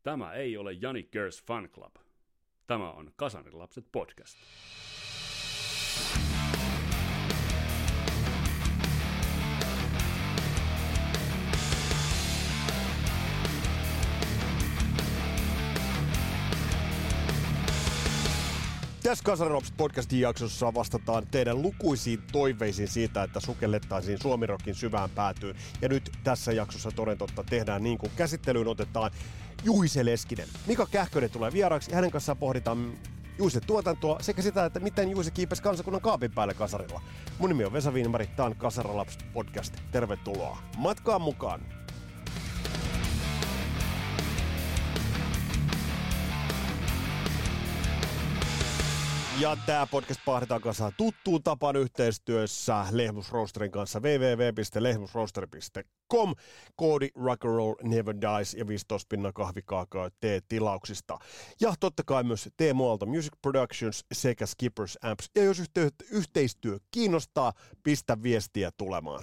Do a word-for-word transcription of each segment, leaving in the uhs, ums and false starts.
Tämä ei ole Jani Girls Fan Club. Tämä on Kasarin lapset podcast. Tässä Kasarin lapset podcastin jaksossa vastataan teidän lukuisiin toiveisiin siitä, että sukellettaisiin Suomi-rockin syvään päätyyn. Ja nyt tässä jaksossa toden totta tehdään niin kuin käsittelyyn otetaan Juise Leskinen. Mika Kähkönen tulee vieraaksi ja hänen kanssaan pohditaan Juisen tuotantoa sekä sitä, että miten Juise kiipesi kansakunnan kaapin päälle kasarilla. Mun nimi on Vesa Viinmari, tää on Kasarin lapset podcast. Tervetuloa matkaan mukaan! Ja tää podcast pahdetaan kasaan tuttuun tapaan yhteistyössä Lehmus Roasterin kanssa double-u double-u double-u piste lehmusroaster piste com. Koodi Rock'n'Roll Never Dies ja viisitoista pinnan kahvikaakaa T-tilauksista. Ja totta kai myös T M O:lta Music Productions sekä Skippers Amps. Ja jos yhte- yhteistyö kiinnostaa, pistä viestiä tulemaan.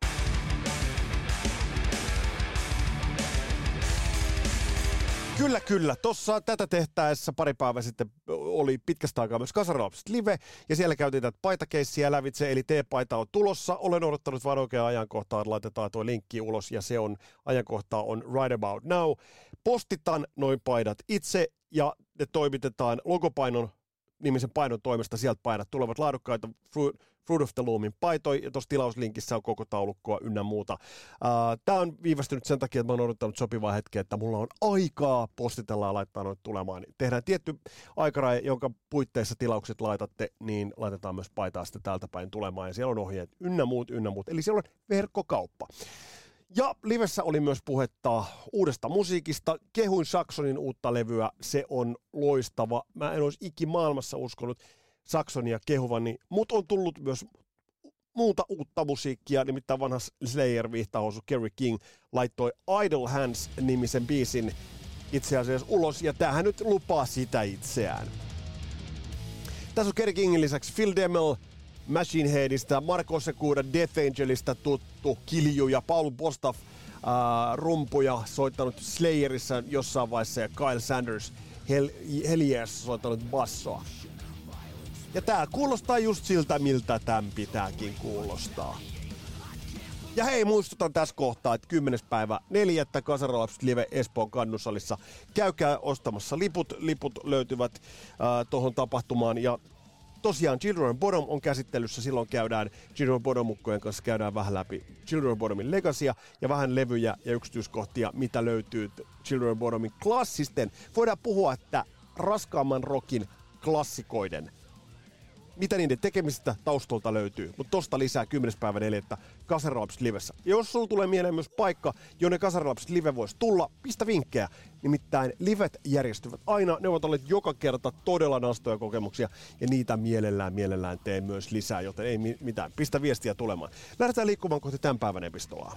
Kyllä, kyllä. Tuossa tätä tehtäessä pari päivää sitten oli pitkästä aikaa myös Kasarin lapset live, ja siellä käytiin tätä paitakeissiä lävitse, eli T-paita on tulossa. Olen odottanut vain oikeaa ajankohtaa, että laitetaan tuo linkki ulos, ja se on, ajankohtaa on right about now. Postitan noin paidat itse, ja ne toimitetaan Logopainon nimisen painon toimesta. Sieltä painat tulevat laadukkaita Fruit, Fruit of the Loomin paitoja, ja tuossa tilauslinkissä on koko taulukkoa ynnä muuta. Uh, Tämä on viivästynyt sen takia, että mä oon odottanut sopivaa hetkeä, että mulla on aikaa postitella ja laittaa noita tulemaan. Tehdään tietty aikaraja, jonka puitteissa tilaukset laitatte, niin laitetaan myös paitaa sitten täältä päin tulemaan, ja siellä on ohjeet ynnä muut, ynnä muut. Eli siellä on verkkokauppa. Ja livessä oli myös puhetta uudesta musiikista. Kehuin Saxonin uutta levyä, se on loistava. Mä en olisi ikimaailmassa uskonut Saxonia kehuvani, mutta on tullut myös muuta uutta musiikkia, nimittäin vanha Slayer-vihtahousu Kerry King laittoi Idle Hands-nimisen biisin itse asiassa ulos, ja tämähän nyt lupaa sitä itseään. Tässä on Kerry Kingin lisäksi Phil Demmel, Machine Headistä, Marko Sekuda, Death Angelista tuttu kilju ja Paul Bostaph äh, rumpuja soittanut Slayerissa jossain vaiheessa, ja Kyle Sanders Hell, Heliers soittanut bassoa. Ja tää kuulostaa just siltä, miltä tämän pitääkin kuulostaa. Ja hei, muistutan tässä kohtaa, että kymmenes päivä neljättä Kasarin lapset live Espoon Kannusalissa. Käykää ostamassa liput. Liput löytyvät äh, tuohon tapahtumaan. Ja tosiaan Children Bottom on käsittelyssä. Silloin käydään Children Bottom-mukkojen kanssa käydään vähän läpi Children Bottomin legacya ja vähän levyjä ja yksityiskohtia, mitä löytyy Children Bottomin klassisten. Voidaan puhua, että raskaamman rockin klassikoiden, mitä niiden tekemistä taustolta löytyy. Mutta tosta lisää kymmenes päivä neljättä Kasarin lapset livessä. Ja jos sulla tulee mieleen myös paikka, jonne Kasarin lapset live voisi tulla, pistä vinkkejä. Nimittäin livet järjestyvät aina. Ne ovat olleet joka kerta todella nastoja kokemuksia, ja niitä mielellään mielellään tee myös lisää, joten ei mitään. Pistä viestiä tulemaan. Lähdetään liikkumaan kohti tämän päivän epistolaa.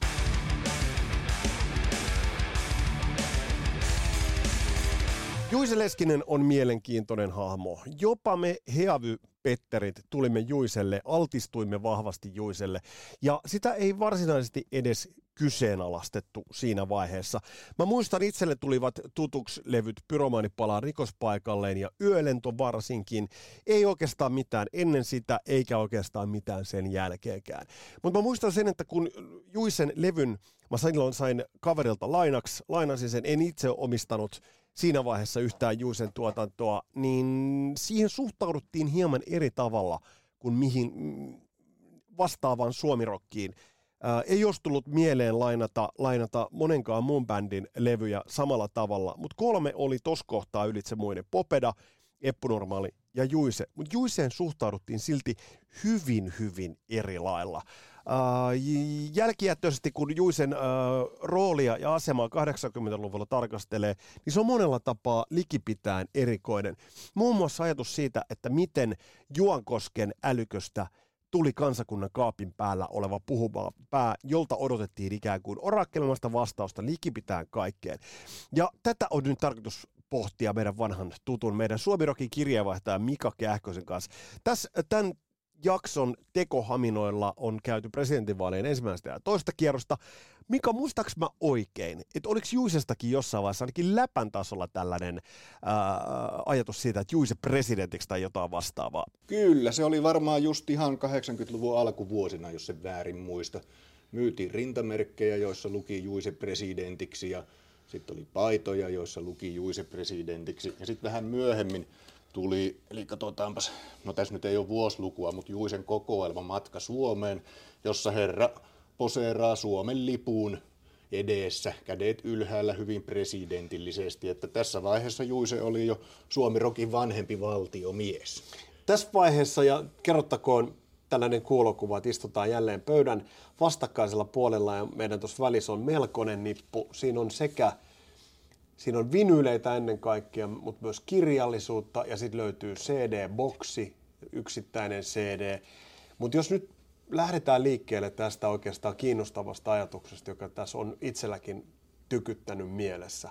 Juise Leskinen on mielenkiintoinen hahmo. Jopa me Heavy-Petterit tulimme Juiselle, altistuimme vahvasti Juiselle, ja sitä ei varsinaisesti edes kyseenalaistettu siinä vaiheessa. Mä muistan, itselle tulivat tutuksi levyt Pyromaani palaa rikospaikalleen ja Yölento varsinkin. Ei oikeastaan mitään ennen sitä, eikä oikeastaan mitään sen jälkeenkään. Mutta mä muistan sen, että kun Juisen levyn mä silloin sain kaverilta lainaksi, lainasin sen, en itse omistanut siinä vaiheessa yhtään Juisen tuotantoa, niin siihen suhtauduttiin hieman eri tavalla kuin mihin vastaavaan suomirokkiin. Ää, ei olisi tullut mieleen lainata, lainata monenkaan muun bändin levyjä samalla tavalla, mutta kolme oli tos kohtaa ylitse muiden: Popeda, Eppu Normaali ja Juise. Mutta Juiseen suhtauduttiin silti hyvin, hyvin eri lailla. Uh, jälkijättöisesti, kun Juisen uh, roolia ja asemaa kahdeksankymmentäluvulla tarkastelee, niin se on monella tapaa likipitään erikoinen. Muun muassa ajatus siitä, että miten Juankosken älyköstä tuli kansakunnan kaapin päällä oleva puhuva pää, jolta odotettiin ikään kuin orakkelemasta vastausta likipitään kaikkeen. Ja tätä on nyt tarkoitus pohtia meidän vanhan tutun, meidän Suomi-rokin kirjeenvaihtaja Mika Kähkösen kanssa. Tässä tämän jakson tekohaminoilla on käyty presidentinvaalien ensimmäistä ja toista kierrosta. Mika, muistaaks mä oikein, että oliko Juisestakin jossain vaiheessa ainakin läpän tasolla tällainen ää, ajatus siitä, että Juise presidentiksi tai jotain vastaavaa? Kyllä, se oli varmaan just ihan kahdeksankymmentäluvun alkuvuosina, jos se väärin muista. Myytiin rintamerkkejä, joissa luki Juise presidentiksi ja sitten oli paitoja, joissa luki Juise presidentiksi. Ja sitten vähän myöhemmin tuli, eli katsotaanpas, no tässä nyt ei ole vuosilukua, mutta Juisen kokoelma Matka Suomeen, jossa herra poseeraa Suomen lipun edessä, kädet ylhäällä hyvin presidentillisesti, että tässä vaiheessa Juise oli jo Suomi-rokin vanhempi valtiomies. Tässä vaiheessa, ja kerrottakoon tällainen kuulokuva, että istutaan jälleen pöydän vastakkaisella puolella ja meidän tuossa välissä on melkoinen nippu. Siinä on sekä, siinä on vinyyleitä ennen kaikkea, mutta myös kirjallisuutta ja sitten löytyy C D-boksi, yksittäinen C D. Mutta jos nyt lähdetään liikkeelle tästä oikeastaan kiinnostavasta ajatuksesta, joka tässä on itselläkin tykyttänyt mielessä.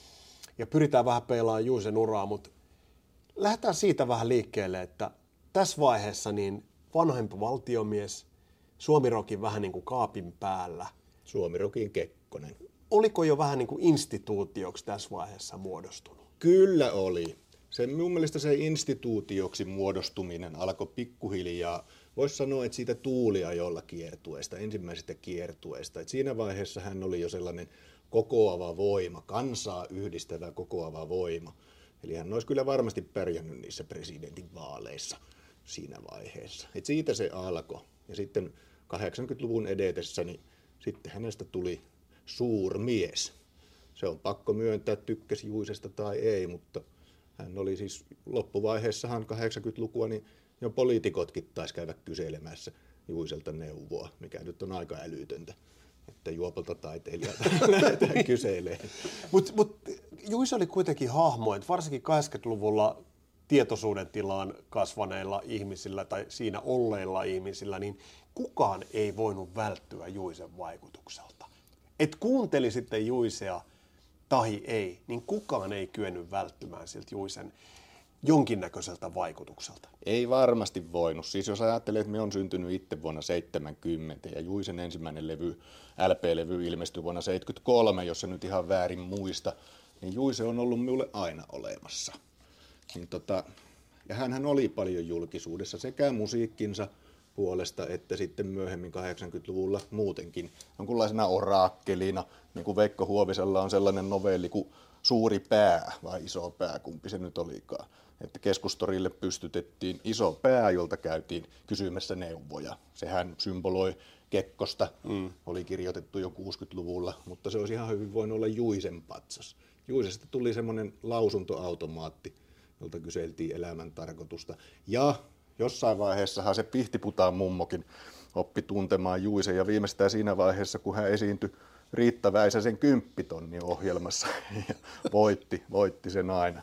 Ja pyritään vähän peilaamaan Juisen uraa, mutta lähdetään siitä vähän liikkeelle, että tässä vaiheessa niin vanhempi valtiomies, Suomi-rokin vähän niin kuin kaapin päällä. Suomi-rokin Kekkonen. Oliko jo vähän niin kuin instituutioksi tässä vaiheessa muodostunut? Kyllä oli. Se, mun mielestä se instituutioksi muodostuminen alkoi pikkuhiljaa. Voisi sanoa, että siitä tuuliajolla kiertueesta, ensimmäisestä kiertueesta. Että siinä vaiheessa hän oli jo sellainen kokoava voima, kansaa yhdistävä kokoava voima. Eli hän olisi kyllä varmasti pärjännyt niissä presidentin vaaleissa siinä vaiheessa. Et siitä se alkoi. Ja sitten kahdeksankymmentäluvun edetessä, niin sitten hänestä tuli suurmies. Se on pakko myöntää, tykkäsi Juisesta tai ei, mutta hän oli siis loppuvaiheessahan kahdeksankymmentälukua, niin jo poliitikotkin taisi käydä kyselemässä Juiselta neuvoa, mikä nyt on aika älytöntä, että juopolta taiteilijalta lähdetään kyselemään. Mutta mut, Juise oli kuitenkin hahmo, että varsinkin kahdeksankymmentäluvulla tietoisuuden tilaan kasvaneilla ihmisillä tai siinä olleilla ihmisillä, niin kukaan ei voinut välttyä Juisen vaikutukselta. Et kuunteli sitten Juisea tahi ei, niin kukaan ei kyennyt välttymään siltä Juisen jonkinnäköiseltä vaikutukselta. Ei varmasti voinut. Siis jos ajattelee, että me on syntynyt itse vuonna seitsemänkymmentä ja Juisen ensimmäinen levy, L P-levy ilmestyi vuonna seitsemänkymmentäkolme, jos se nyt ihan väärin muista, niin Juise on ollut minulle aina olemassa. Niin tota, ja hänhän oli paljon julkisuudessa sekä musiikkinsa puolesta, että sitten myöhemmin kahdeksankymmentäluvulla muutenkin jonkunlaisena oraakkelina, niin kuin Veikko Huovisella on sellainen novelli kuin Suuri pää vai Iso pää, kumpi se nyt olikaan. Että Keskustorille pystytettiin iso pää, jolta käytiin kysymässä neuvoja. Sehän symboloi Kekkosta, mm. oli kirjoitettu jo kuusikymmentäluvulla, mutta se olisi ihan hyvin voinut olla Juisen patsas. Juisesta tuli semmoinen lausuntoautomaatti, jolta kyseltiin elämän tarkoitusta. Ja jossain vaiheessahan se Pihtiputaan mummokin oppi tuntemaan Juisen, ja viimeistään siinä vaiheessa, kun hän esiintyi Riitta Väisäsen kymppitonnin ohjelmassa ja voitti, voitti sen aina.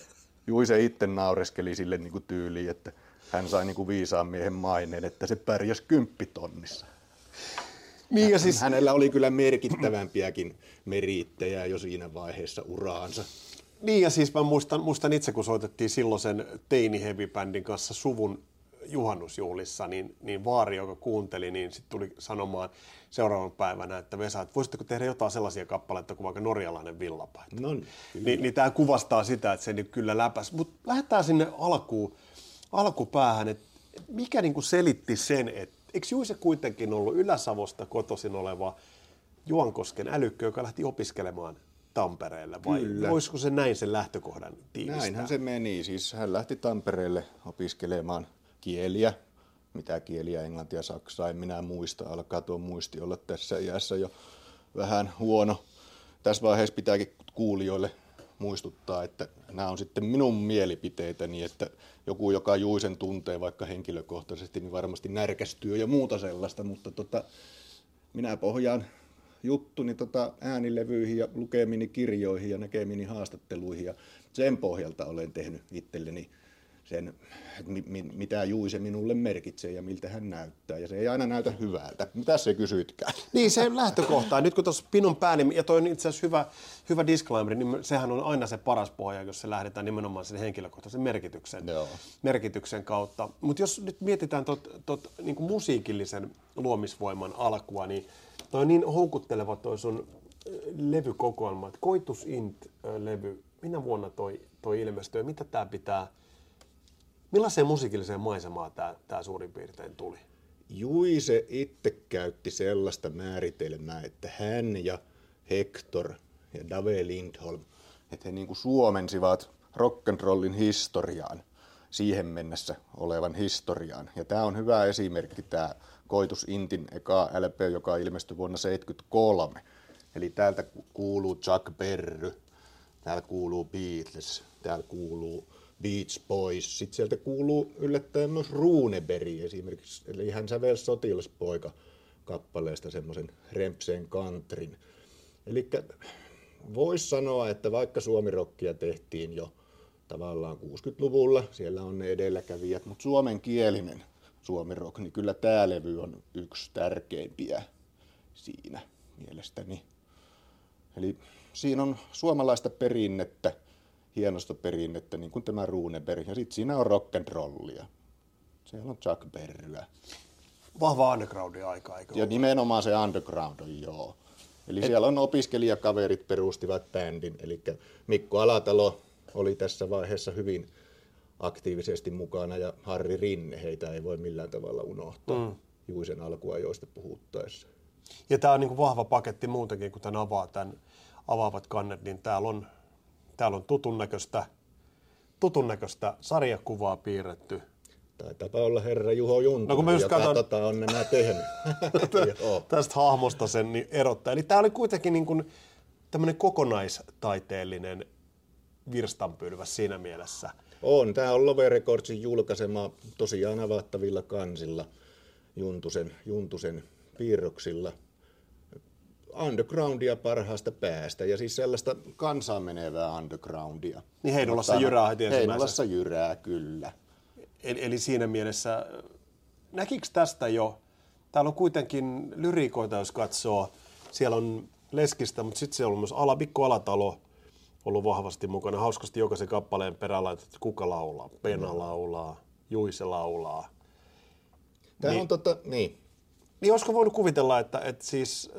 Juise itse naureskeli sille niin kuin tyyliin, että hän sai niin kuin viisaan miehen maineen, että se pärjäsi kymppitonnissa. Niin ja siis... Hänellä oli kyllä merkittävämpiäkin meriittejä jo siinä vaiheessa uraansa. Niin ja siis mä muistan, muistan itse, kun soitettiin silloin sen teini-heavy-bändin kanssa suvun juhannusjuhlissa, niin, niin vaari, joka kuunteli, niin sitten tuli sanomaan seuraavan päivänä, että Vesa, että voisitteko tehdä jotain sellaisia kappaleita kuin vaikka norjalainen villapaita. No, niin, niin tämä kuvastaa sitä, että se nyt kyllä läpäsi. Mutta lähdetään sinne alkuun, alkupäähän, että mikä niinku selitti sen, että eikö Juise kuitenkin ollut Ylä-Savosta kotoisin oleva Juankosken älykkö, joka lähti opiskelemaan Tampereelle, vai kyllä. Voisiko se näin sen lähtökohdan tiivistää? Näinhän se meni. Siis hän lähti Tampereelle opiskelemaan kieliä, mitä kieliä, englantia, saksaa, en minä muista, alkaa tuo muisti olla tässä iässä jo vähän huono. Tässä vaiheessa pitääkin kuulijoille muistuttaa, että nämä on sitten minun mielipiteitäni, että joku, joka Juisen tuntee vaikka henkilökohtaisesti, niin varmasti närkästyy ja muuta sellaista, mutta tota, minä pohjaan juttuni tota äänilevyihin ja lukemini kirjoihin ja näkemini haastatteluihin ja sen pohjalta olen tehnyt itselleni sen, että mi, mi, mitä Juise minulle merkitsee ja miltä hän näyttää. Ja se ei aina näytä hyvältä. Mitä se kysytkään? Niin, se lähtökohta. Nyt kun tuossa Pinun pää, niin, ja toi on itse asiassa hyvä, hyvä disclaimer, niin sehän on aina se paras pohja, jos se lähdetään nimenomaan sen henkilökohtaisen merkityksen, Joo. merkityksen kautta. Mutta jos nyt mietitään tot, tot, niin kuin musiikillisen luomisvoiman alkua, niin toi on niin houkutteleva toi sun levykokoelma, että Koitus Int-levy, minä vuonna toi, toi ilmestyi, mitä tää pitää, millaiseen musiikilliseen maisemaan tää, tää suurin piirtein tuli? Juise itse käytti sellaista määritelmää, että hän ja Hector ja Dave Lindholm, että he niin kuin suomensivat rock'n'rollin historiaan, siihen mennessä olevan historiaan. Ja tämä on hyvä esimerkki, tämä Koitus Intin eka L P, joka ilmestyi vuonna seitsemänkymmentäkolme. Eli täältä kuuluu Chuck Berry, täällä kuuluu Beatles, täällä kuuluu Beach Boys. Sitten sieltä kuuluu yllättäen myös Runeberg esimerkiksi. Eli hän sävelsi Sotilaspoika kappaleesta semmoisen rempseen countryn. Eli voisi sanoa, että vaikka suomirokkia tehtiin jo tavallaan kuusikymmentäluvulla, siellä on ne edelläkävijät, mutta suomenkielinen suomirock, niin kyllä tämä levy on yksi tärkeimpiä siinä mielestäni. Eli siinä on suomalaista perinnettä, hienosta perinnettä, niin kuin tämä Runeberg, ja sitten siinä on rock'n'rollia. Siellä on Chuck Berryä. Vahva undergroundin aika, eikö Ja ole? nimenomaan se underground on, joo. Eli Et... siellä on opiskelijakaverit perustivat bändin, eli Mikko Alatalo oli tässä vaiheessa hyvin aktiivisesti mukana, ja Harri Rinne, heitä ei voi millään tavalla unohtaa mm. Juisen alkuajoista puhuttaessa. Ja tämä on niin kuin vahva paketti muutenkin, kun tämän avaa tämän avaavat kannet, niin täällä on, täällä on tutun näköistä, tutun näköistä sarjakuvaa piirretty. Taitaapa olla herra Juho Juntunen, no, joka katson... tota on nämä tehnyt. Tästä hahmosta sen niin erottaa. Eli tämä oli kuitenkin niin kuin tämmöinen kokonaistaiteellinen virstanpylväs siinä mielessä. On. Tämä on Love Recordsin julkaisema tosiaan avattavilla kansilla Juntusen, Juntusen piirroksilla. Undergroundia parhaasta päästä, ja siis sellaista kansaan menevää undergroundia. Niin Heinolassa jyrää heti ensimmäisenä. Heinolassa jyrää, kyllä. Eli, eli siinä mielessä, näkikö tästä jo, täällä on kuitenkin lyriikoita, jos katsoo, siellä on Leskistä, mutta sitten siellä on myös Ala, Mikko Alatalo ollut vahvasti mukana. Hauskasti jokaisen kappaleen perään laitettu, kuka laulaa, Pena laulaa, Juise laulaa. Tämä niin, on tota, niin. Niin olisiko voinut kuvitella, että, että siis...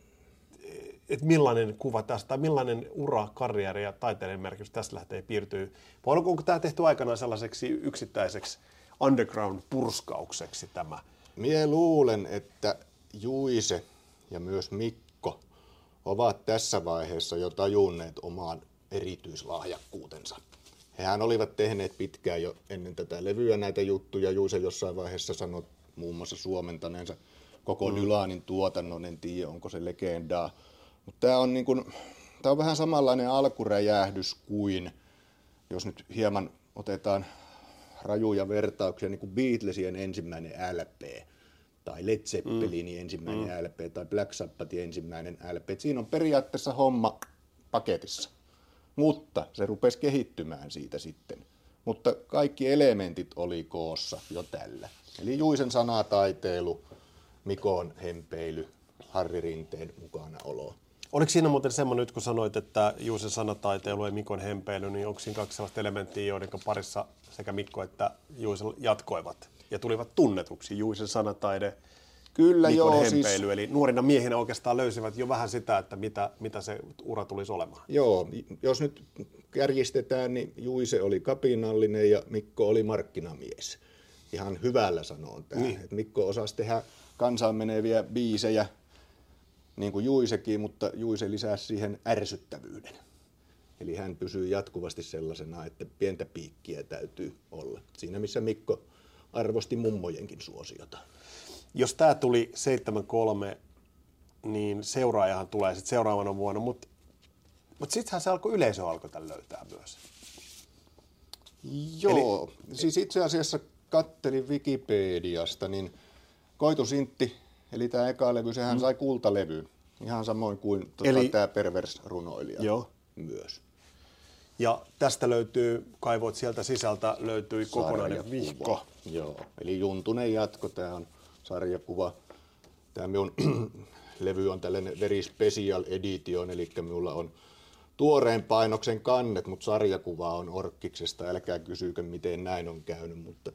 että millainen kuva tästä, tai millainen ura, karrieri ja taiteellinen merkitys tästä lähtee piirtyy. Vai onko tämä tehty aikanaan sellaiseksi yksittäiseksi underground-purskaukseksi tämä? Mie luulen, että Juise ja myös Mikko ovat tässä vaiheessa jo tajunneet omaan erityislahjakkuutensa. Hehän olivat tehneet pitkään jo ennen tätä levyä näitä juttuja. Juise jossain vaiheessa sanoi muun muassa suomentaneensa koko mm. Dylanin tuotannon, en tiedä onko se legendaa. Mutta tämä on, niin kun, tää on vähän samanlainen alkuräjähdys kuin, jos nyt hieman otetaan rajuja vertauksia, niin kuin Beatlesien ensimmäinen L P, tai Led Zeppelinin mm. ensimmäinen mm. L P, tai Black Sabbathin ensimmäinen L P. Et siinä on periaatteessa homma paketissa, mutta se rupesi kehittymään siitä sitten. Mutta kaikki elementit oli koossa jo tällä. Eli Juisen sanataiteilu, Mikon hempeily, Harri Rinteen mukanaolo. Oliko siinä muuten semmoinen, nyt kun sanoit, että Juusen sanataiteilu ja Mikon hempeily, niin onko siinä kaksi sellaista elementtiä, joiden parissa sekä Mikko että Juuse jatkoivat ja tulivat tunnetuksi? Juusen sanataide, Kyllä, Mikon joo, hempeily, siis... eli nuorina miehinä oikeastaan löysivät jo vähän sitä, että mitä, mitä se ura tulisi olemaan. Joo, jos nyt kärjistetään, niin Juise oli kapinallinen ja Mikko oli markkinamies. Ihan hyvällä sanoon tämä. Niin. Mikko osasi tehdä kansaan meneviä biisejä, niin kuin Juisekin, mutta Juise lisäsi siihen ärsyttävyyden. Eli hän pysyy jatkuvasti sellaisena, että pientä piikkiä täytyy olla. Siinä missä Mikko arvosti mummojenkin suosiota. Jos tämä tuli seitsemänkymmentäkolme, niin seuraajahan tulee sitten seuraavana vuonna, mutta mut sittenhän se alkoi, yleisö alkoi tämän löytää myös. Joo, eli, siis itse asiassa kattelin Wikipediasta, niin Koitus Intti, eli tämä eka levy, sehän mm. sai kultalevyn, ihan samoin kuin tota, tämä Pervers-runoilija joo. myös. Ja tästä löytyy, kaivoit sieltä sisältä, löytyi kokonainen vihko. Joo, eli Juntunen jatko, tämä on sarjakuva. Tämä minun levy on tällainen very special edition, eli minulla on tuoreen painoksen kannet, mutta sarjakuva on Orkkiksesta. Älkää kysyykö, miten näin on käynyt, mutta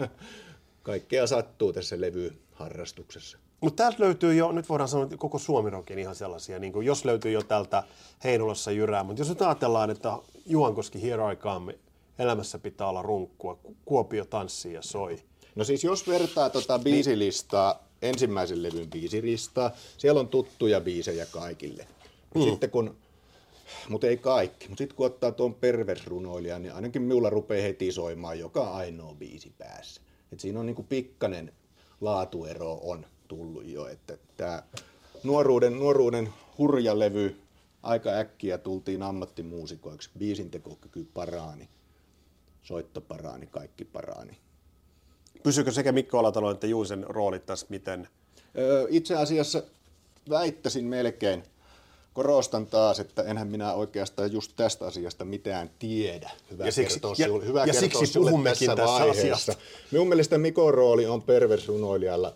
kaikkea sattuu tässä levyharrastuksessa. Mutta täältä löytyy jo, nyt voidaan sanoa, että koko Suomi-rokin ihan sellaisia, niin kuin jos löytyy jo täältä Heinolassa Jyrää, mutta jos nyt ajatellaan, että Juankoski, Here I Come, elämässä pitää olla runkkua, Kuopio tanssii ja soi. No siis jos vertaa tuota biisilistaa, ensimmäisen levyn biisilistaa, siellä on tuttuja biisejä kaikille. Mm. Sitten kun, mutta ei kaikki, mutta sitten kun ottaa tuon Pervers-runoilijan, niin ainakin minulla rupeaa heti soimaan joka ainoa biisi päässä. Et siinä on niinku pikkainen laatuero on tullut jo, että tämä nuoruuden, nuoruuden hurja levy, aika äkkiä tultiin ammattimuusikoiksi, biisintekokyky paraani, soitto paraani, kaikki paraani. Pysyykö sekä Mikko Alatalo että Juusen roolit tässä miten? Öö, itse asiassa väittäisin melkein, korostan taas, että enhän minä oikeastaan just tästä asiasta mitään tiedä. Hyvä ja siksi, kertoa ja, sinulle, hyvä ja kertoa siksi puhummekin tässä vaiheessa. asiasta. Minun mielestä Mikon rooli on Pervers-runoilijalla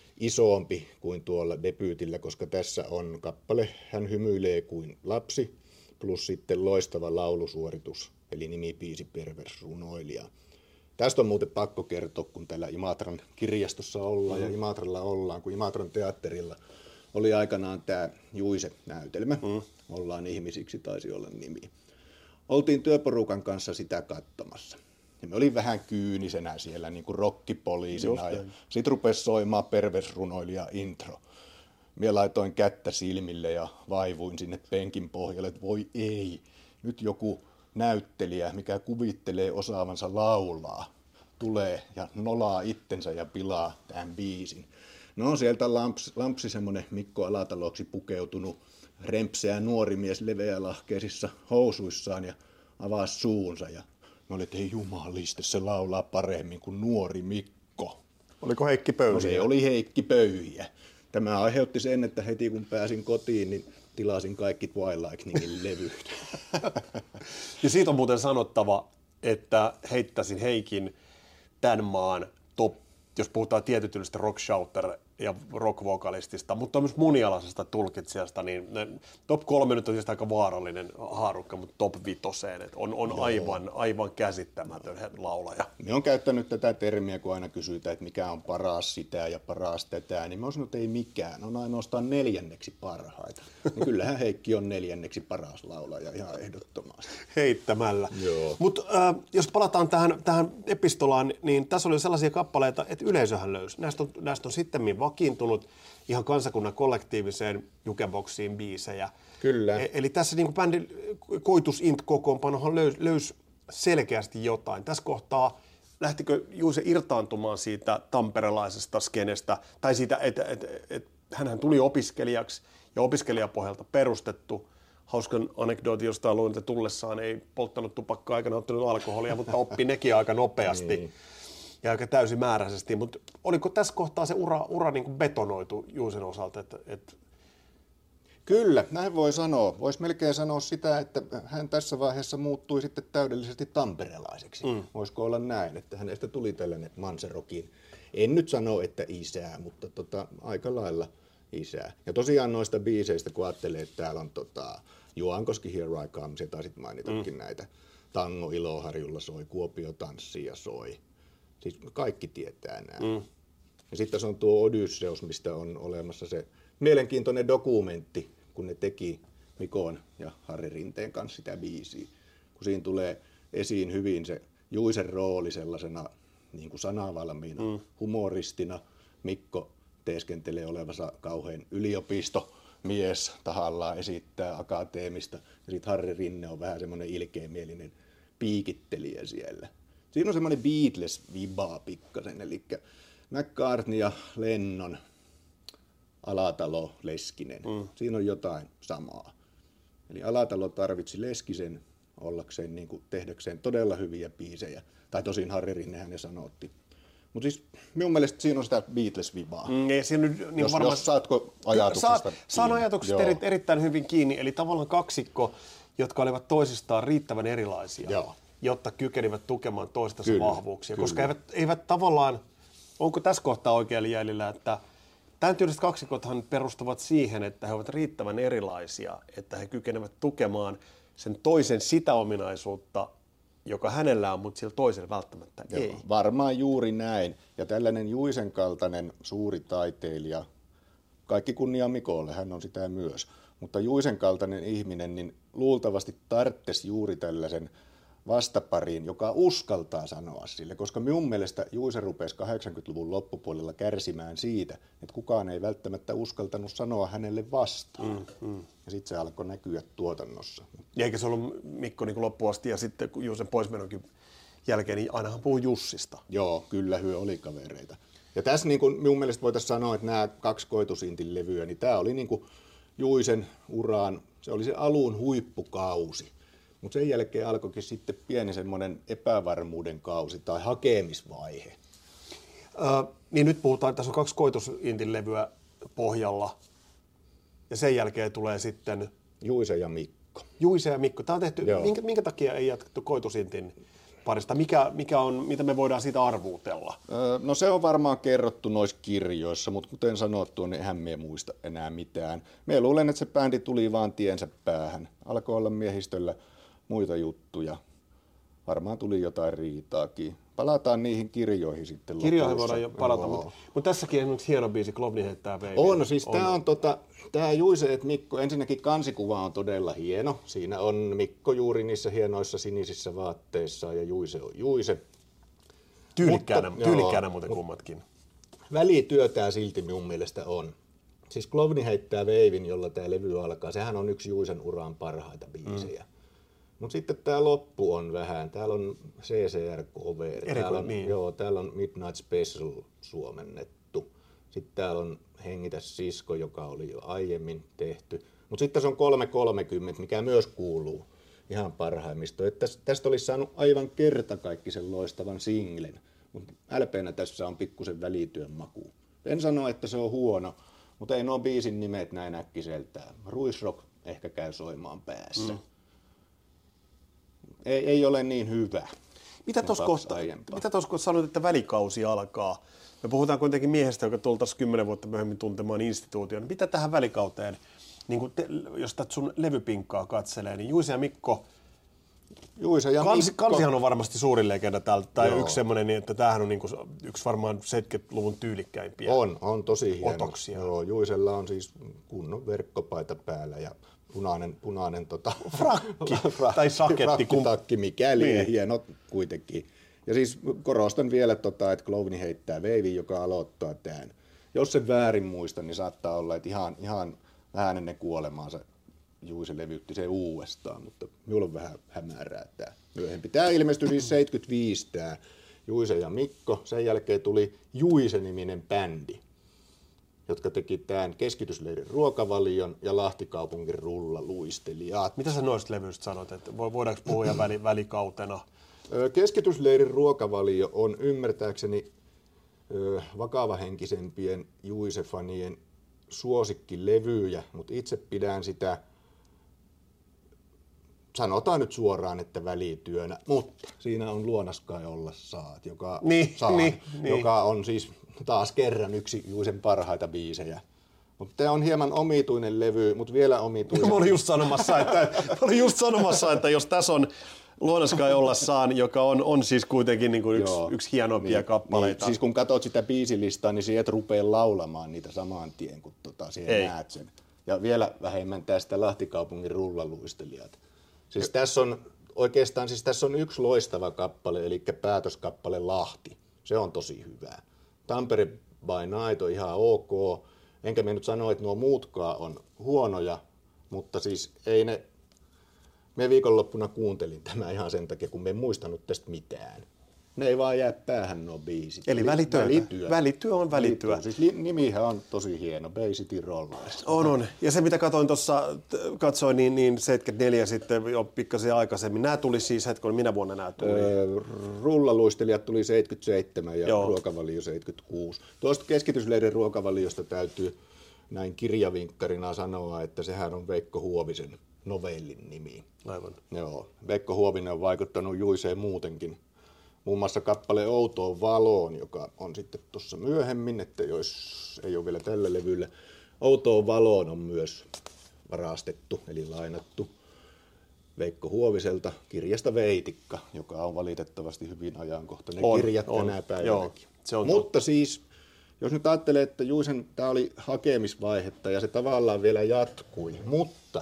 isompi kuin tuolla debyytillä, koska tässä on kappale Hän hymyilee kuin lapsi, plus sitten loistava laulusuoritus, eli nimibiisi Pervers-runoilija. Tästä on muuten pakko kertoa, kun täällä Imatran kirjastossa ollaan mm. ja Imatralla ollaan, kun Imatran teatterilla oli aikanaan tämä Juise-näytelmä. Mm. Ollaan ihmisiksi, taisi olla nimi. Oltiin työporukan kanssa sitä katsomassa. Ja me olin vähän kyynisenä siellä niin kuin rokkipoliisina. Ja sit rupesi soimaan Pervers-runoilija intro. Mie laitoin kättä silmille ja vaivuin sinne penkin pohjalle, että voi ei, nyt joku näyttelijä, mikä kuvittelee osaavansa laulaa, tulee ja nolaa itsensä ja pilaa tämän biisin. No sieltä lampsi, lampsi semmoinen Mikko Alataloksi pukeutunut rempseä nuori mies leveälahkeisissa housuissaan ja avasi suunsa. Ja mä olin, että ei jumaliste, se laulaa paremmin kuin nuori Mikko. Oliko Heikki Pöyhiä? No se oli Heikki Pöyhiä. Tämä aiheutti sen, että heti kun pääsin kotiin, niin tilasin kaikki Twilight-nimin levyt. Ja siitä on muuten sanottava, että heittäisin Heikin tämän maan top, jos puhutaan tietytyylistä rock-shouter- ja rock-vokalistista, mutta myös monialaisesta tulkitsijasta, niin top kolme nyt on tietysti aika vaarallinen haarukka, mutta top vitoseen, että on, on aivan, aivan käsittämätön laulaja. Me on käyttänyt tätä termiä, kun aina kysytään, että mikä on paras sitä ja paras tätä, niin mä oon sanonut, että ei mikään, on ainoastaan neljänneksi parhaita. Niin kyllähän Heikki on neljänneksi paras laulaja ihan ehdottomasti. Heittämällä. Mutta äh, jos palataan tähän, tähän epistolaan, niin tässä oli sellaisia kappaleita, että yleisöhän löysi. Näistä on, näistä on sittemmin vakiintunut ihan kansakunnan kollektiiviseen jukeboksiin biisejä. Kyllä. E- eli tässä niin kuin bändin Koitus Int-kokoonpanohan löys, löysi selkeästi jotain. Tässä kohtaa lähtikö Juise irtaantumaan siitä tamperelaisesta skenestä, tai siitä, että et, et, et, hänhän tuli opiskelijaksi ja opiskelijapohjalta perustettu. Hauskan anekdootin jostain luin, että tullessaan ei polttanut tupakkaa aikana ottanut alkoholia, mutta oppi nekin aika nopeasti. Niin. Ja aika täysimääräisesti, mutta oliko tässä kohtaa se ura, ura niin kuin betonoitu Juusen osalta? Että, että... Kyllä, näin voi sanoa. Voisi melkein sanoa sitä, että hän tässä vaiheessa muuttui sitten täydellisesti tamperelaiseksi. Mm. Voisiko olla näin, että hänestä tuli tällainen Manserokin, en nyt sano, että isää, mutta tota, aika lailla isää. Ja tosiaan noista biiseistä, kun ajattelee, että täällä on tota, Juankoski, Here I Come, se taisit mainitakin mm. näitä. Tango Iloharjulla soi, Kuopio tanssii ja soi. Siis kaikki tietää nämä. Mm. Ja sitten tässä on tuo Odysseus, mistä on olemassa se mielenkiintoinen dokumentti, kun ne teki Mikon ja Harri Rinteen kanssa sitä biisiä. Kun siinä tulee esiin hyvin se Juisen rooli sellaisena niin kuin sanavalmiina mm. humoristina. Mikko teeskentelee olevansa kauhean yliopistomies, tahallaan esittää akateemista. Ja sitten Harri Rinne on vähän semmoinen ilkeämielinen piikittelijä siellä. Siinä on semmoinen Beatles-vibaa pikkasen, eli McCartney ja Lennon, Alatalo, Leskinen. Mm. Siinä on jotain samaa. Eli Alatalo tarvitsi Leskisen ollakseen, niin kuin tehdäkseen todella hyviä biisejä. Tai tosin Harri Rinnehän ne sanotti. Mutta siis minun mielestä siinä on sitä Beatles-vibaa. Mm, siinä nyt, niin jos, varmaan... jos saatko ajatuksesta Saat, saan ajatuksesta eri, erittäin hyvin kiinni. Eli tavallaan kaksikko, jotka olivat toisistaan riittävän erilaisia, Joo. jotta kykenivät tukemaan toistensa Kyllä, vahvuuksia. kyllä. Koska eivät, eivät tavallaan, onko tässä kohtaa oikealla jäljellä, että tämän tyyliset kaksikothan perustuvat siihen, että he ovat riittävän erilaisia, että he kykenevät tukemaan sen toisen sitä ominaisuutta, joka hänellä on, mutta sillä toisella välttämättä Joo, ei. varmaan juuri näin. Ja tällainen Juisen kaltainen suuri taiteilija, kaikki kunnia Mikolle, hän on sitä myös, mutta Juisen kaltainen ihminen niin luultavasti tarttesi juuri tällaisen vastapariin, joka uskaltaa sanoa sille, koska minun mielestä Juise rupesi kahdeksankymmentäluvun loppupuolella kärsimään siitä, että kukaan ei välttämättä uskaltanut sanoa hänelle vastaan. Mm, mm. Ja sitten se alkoi näkyä tuotannossa. Ja eikä se ollut Mikko niin loppuun asti, ja sitten kun Juusen poismenonkin jälkeen, niin ainahan puhuu Jussista. Joo, kyllä hyö oli kavereita. Ja tässä niin kuin minun mielestä voitaisiin sanoa, että nämä kaksi Koitusintin levyä, niin tämä oli niin kuin Juisen uraan, se oli se alun huippukausi. Mutta sen jälkeen alkoikin sitten pieni semmoinen epävarmuuden kausi tai hakemisvaihe. Öö, niin nyt puhutaan, tässä on kaksi Koitusintin levyä pohjalla, ja sen jälkeen tulee sitten Juise ja Mikko. Juise ja Mikko. Tämä on tehty, minkä, minkä takia ei jatkettu Koitusintin parista? Mikä, mikä on, mitä me voidaan siitä arvuutella? Öö, no se on varmaan kerrottu noissa kirjoissa, mutta kuten sanottu, niin eihän me muista enää mitään. Me luulen, että se bändi tuli vaan tiensä päähän. Alkoi olla miehistöllä muita juttuja. Varmaan tuli jotain riitaakin. Palataan niihin kirjoihin sitten lopussa. Kirjoihin voidaan jo palata, mutta, mutta tässäkin esimerkiksi hieno biisi, Klovni heittää veiviä. On, siis tämä on tota, tää Juise et Mikko, ensinnäkin kansikuva on todella hieno. Siinä on Mikko juuri niissä hienoissa sinisissä vaatteissa ja Juise on Juise. Tyylikkäänä, Mutta, tyylikkäänä joo, muuten kummatkin. Välityötää silti minun mielestä on. Siis Klovni heittää veivin, jolla tämä levy alkaa. Sehän on yksi Juisen uran parhaita biisejä. Mm. Mutta sitten tämä loppu on vähän. Täällä on C C R Cover. Täällä on, niin. joo, täällä on Midnight Special suomennettu. Sitten täällä on Hengitä sisko, joka oli jo aiemmin tehty. Mutta sitten tässä on kolme kolmekymmentä, mikä myös kuuluu ihan parhaimmista. Että tästä olisi saanut aivan kertakaikkisen loistavan singlen. Mutta L P:nä tässä on pikkusen välityön maku. En sano, että se on huono, mutta ei nuo biisin nimet näin äkkiseltään. Ruisrock ehkä käy soimaan päässä. Mm. Ei, ei ole niin hyvä. Mitä tuossa kohtaa, mitä tuossa kohtaa sanoit, että välikausi alkaa? Me puhutaan kuitenkin miehestä, joka tultaisiin kymmenen vuotta myöhemmin tuntemaan instituution. Mitä tähän välikauteen, niin kun te, jos tätä sun levypinkkaa katselee, niin Juise ja Mikko, Juise ja Kansi, Mikko. Kansihan on varmasti suurin legenda täältä, tai Joo. yksi semmoinen, niin että tämähän on niin kuin yksi varmaan seitsemänkymmentäluvun tyylikkäimpiä On, on tosi hieno. otoksia. Joo, Juisella on siis kunnon verkkopaita päällä ja punainen, punainen tota, Frakki tai saketti. Frakkitakki, mikäli Niin. niin. Hieno kuitenkin. Ja siis korostan vielä, tota, että Klovni heittää veivin, joka aloittaa tämän. Jos sen väärin muista, niin saattaa olla, että ihan, ihan vähän ennen kuolemaansa Juise levytti sen uudestaan, mutta minulla on vähän hämärää tämä myöhempi. Tämä ilmestyi siis seitsemänkymmentäviisi tämä Juise ja Mikko. Sen jälkeen tuli Juise-niminen bändi, jotka teki tämän Keskitysleirin ruokavalion ja Lahtikaupungin rullaluistelijat. Mitä sä noista levyistä sanot, että voidaanko puhua ihan väli, välikautena? Keskitysleirin ruokavalio on ymmärtääkseni vakavahenkisempien Juise-fanien suosikkilevyjä, mutta itse pidän sitä, sanotaan nyt suoraan, että välityönä, mutta siinä on Luonaskai olla saat, joka, Niin, saa, niin, niin. joka on siis taas kerran yksi Juisen parhaita biisejä. Mutta tämä on hieman omituinen levy, mutta vielä omituinen. Mä olin just sanomassa, että, mä olin just sanomassa, että jos tässä on Luonaskai olla saan, joka on, on siis kuitenkin niin kuin yksi, yksi hienompia niin, kappaleita. Niin, siis kun katsot sitä biisilistaa, niin sieltä rupeaa laulamaan niitä saman tien, kun tota, siellä näet sen. Ja vielä vähemmän tästä Lahtikaupungin rullaluistelijat. Siis tässä on oikeastaan siis tässä on yksi loistava kappale, eli päätöskappale Lahti. Se on tosi hyvä. Tampere by Night on ihan ok. Enkä me nyt sano, että nuo muutkaan on huonoja, mutta siis ei ne... Me viikonloppuna kuuntelin tämä ihan sen takia, kun me en muistanut tästä mitään. Ne ei vaan jää päähän nuo biisit. Eli välityö. Välityö. Välityö on välityö. välityö. Siis nimihän on tosi hieno, Bay City Rollers. On, on. Ja se mitä katsoin tuossa, katsoin niin, niin seitsemänkymmentäneljä sitten jo pikkasen aikaisemmin. Nämä tuli siis hetken, minä vuonna nämä tuli? Öö, rullaluistelijat tuli seitsemänkymmentäseitsemän ja Joo. ruokavalio seitsemänkymmentäkuusi. Tuosta Keskitysleirin ruokavaliosta täytyy näin kirjavinkkarina sanoa, että sehän on Veikko Huovisen novellin nimi. Aivan. Joo. Veikko Huovinen on vaikuttanut Juiseen muutenkin. Muun muassa kappale Outoon valoon, joka on sitten tuossa myöhemmin, että jos ei ole vielä tällä levyllä. Outoon valoon on myös varastettu, eli lainattu Veikko Huoviselta kirjasta Veitikka, joka on valitettavasti hyvin ajankohtainen On, kirja on. tänä päivänäkin. Joo, se on Mutta totta. siis, jos nyt ajattelee, että Juisen, tämä oli hakemisvaihetta ja se tavallaan vielä jatkui, mutta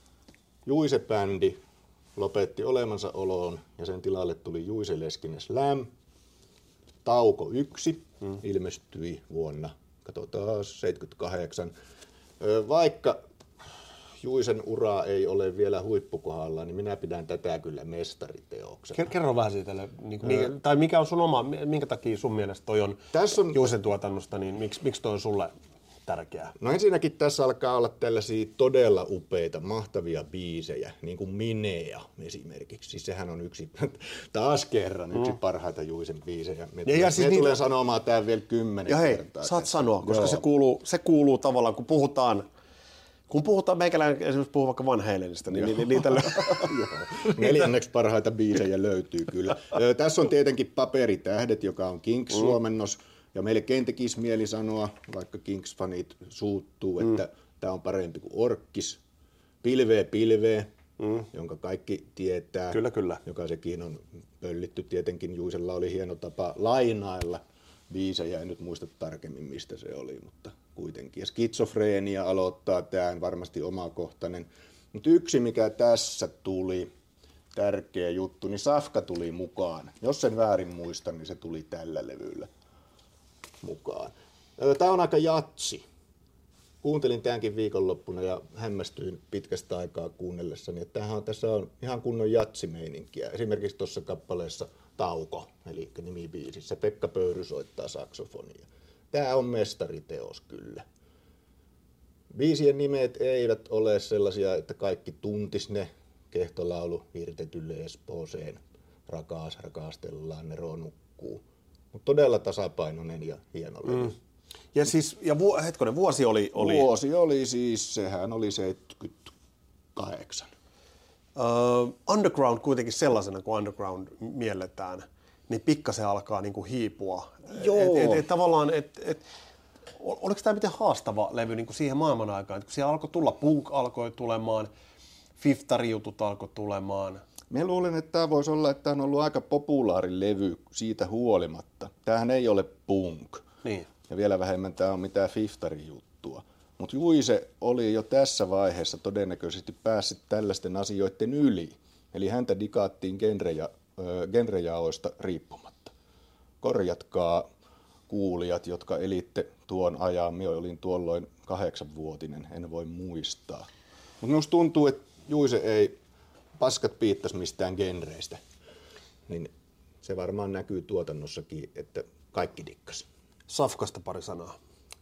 Juise-bändi lopetti olemansa oloon ja sen tilalle tuli Juise Leskinen Slam. Tauko yksi hmm. ilmestyi vuonna, katsotaan, seitsemänkymmentäkahdeksan. Vaikka Juisen ura ei ole vielä huippukohdalla, niin minä pidän tätä kyllä mestariteoksena. Kerro vähän siitä, niin kuin, mikä, tai mikä on sun oma, minkä takia sun mielestä toi on, on Juisen tuotannosta, niin miksi, miksi toi on sulle tärkeää? No ensinnäkin tässä alkaa olla tällaisia todella upeita, mahtavia biisejä, niin kuin Minea esimerkiksi. Siis sehän on yksi, taas kerran, yksi mm. parhaita Juisen biisejä. Me, ja, ja siis me tulee sanomaan tämän vielä kymmenen ja hei, kertaa. saat sanoa, koska se kuuluu, se kuuluu tavallaan, kun puhutaan, kun puhutaan, meikäläinen esimerkiksi puhuu vaikka Van Halenista, niin ni, niitä lö- Neljänneksi parhaita biisejä löytyy kyllä. Tässä on tietenkin Paperitähdet, joka on Kinks-suomennos. Ja melkein tekisi mieli sanoa, vaikka Kinks-fanit suuttuu, mm. että tämä on parempi kuin Orkkis. Pilveä pilveä, mm. jonka kaikki tietää. Kyllä, kyllä. Joka sekin on pöllitty tietenkin. Juisella oli hieno tapa lainailla biisejä. En nyt muista tarkemmin, mistä se oli, mutta kuitenkin. Ja Skitsofreenia aloittaa tämän, varmasti omakohtainen. Mutta yksi, mikä tässä tuli, tärkeä juttu, niin Safka tuli mukaan. Jos sen väärin muistan, niin se tuli tällä levyllä mukaan. Tämä on aika jatsi. Kuuntelin tämänkin viikonloppuna ja hämmästyin pitkästä aikaa kuunnellessani, että tämähän on, tässä on ihan kunnon jatsimeininkiä. Esimerkiksi tuossa kappaleessa Tauko, eli nimibiisissä Pekka Pöyry soittaa saksofonia. Tämä on mestariteos kyllä. Biisien nimet eivät ole sellaisia, että kaikki tuntis ne. Kehtolaulu Virtetylle Espooseen, Rakas, rakastellaan, Nero nukkuu. Mutta todella tasapainoinen ja hieno levy. Mm. Ja siis, ja vu, hetkonen, vuosi oli, oli... Vuosi oli siis, sehän oli seitsemänkymmentäkahdeksan. Uh, underground kuitenkin sellaisena, kuin underground mielletään, niin pikkasen alkaa niinku hiipua. Joo. Et, et, et, tavallaan, et, et, oliko tämä miten haastava levy niin kuin siihen maailman aikaan? Et kun siellä alkoi tulla, punk alkoi tulemaan, fiftari-jutut alkoi tulemaan. Mä luulen, että tämä voisi olla, että tämä on ollut aika populaari levy siitä huolimatta. Tämähän ei ole punk. Niin. Ja vielä vähemmän tämä on mitään fiftari-juttua. Mutta Juise oli jo tässä vaiheessa todennäköisesti päässyt tällaisten asioiden yli. Eli häntä digaattiin genreja, ö, genrejaoista riippumatta. Korjatkaa kuulijat, jotka elitte tuon ajan. Minä olin tuolloin kahdeksanvuotinen, en voi muistaa. Mutta minusta tuntuu, että Juise ei paskat piittas mistään genreistä. Niin se varmaan näkyy tuotannossakin, että kaikki dikkas. Safkasta pari sanaa.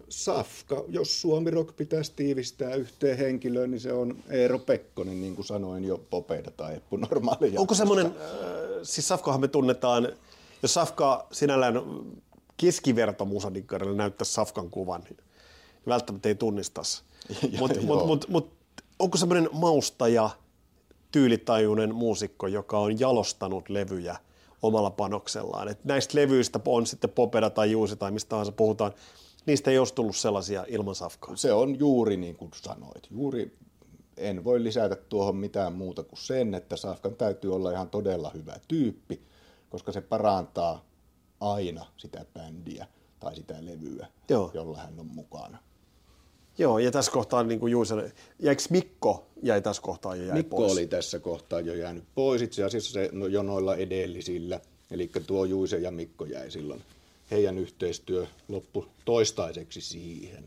Safka, jos Suomi Rock pitäisi tiivistää yhteen henkilöön, niin se on Eero Pekkonen, niin kuin sanoin jo Popeida tai Eppu Normaali. Onko semmoinen, äh, siis Safkahan me tunnetaan, jos Safka sinällään keskivertomusadikkarille näyttäisi Safkan kuvan, niin välttämättä ei tunnistaisi. Mutta mut, mut, mut, onko semmoinen maustaja, tyylitajuinen muusikko, joka on jalostanut levyjä omalla panoksellaan? Et näistä levyistä on sitten Popeda tai Juuse tai mistä tahansa puhutaan, niistä ei olisi tullut sellaisia ilman Safkaa. Se on juuri niin kuin sanoit. Juuri en voi lisätä tuohon mitään muuta kuin sen, että Safkan täytyy olla ihan todella hyvä tyyppi, koska se parantaa aina sitä bändiä tai sitä levyä, Joo. jolla hän on mukana. Joo, ja tässä kohtaa niin kuin Juise, jäikö Mikko jäi tässä kohtaa jo jäi Mikko pois? oli tässä kohtaa jo jäänyt pois, itse asiassa se no, jo noilla edellisillä, eli tuo Juise ja Mikko jäi silloin. Heidän yhteistyö loppui toistaiseksi siihen.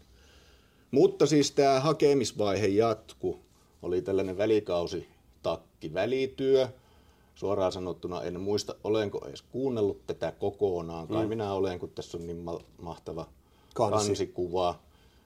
Mutta siis tämä hakemisvaihe jatku, oli tällainen välikausi takki välityö. Suoraan sanottuna en muista, olenko edes kuunnellut tätä kokonaan. Kai mm. minä olen, kun tässä on niin mahtava Kansi. kansikuva.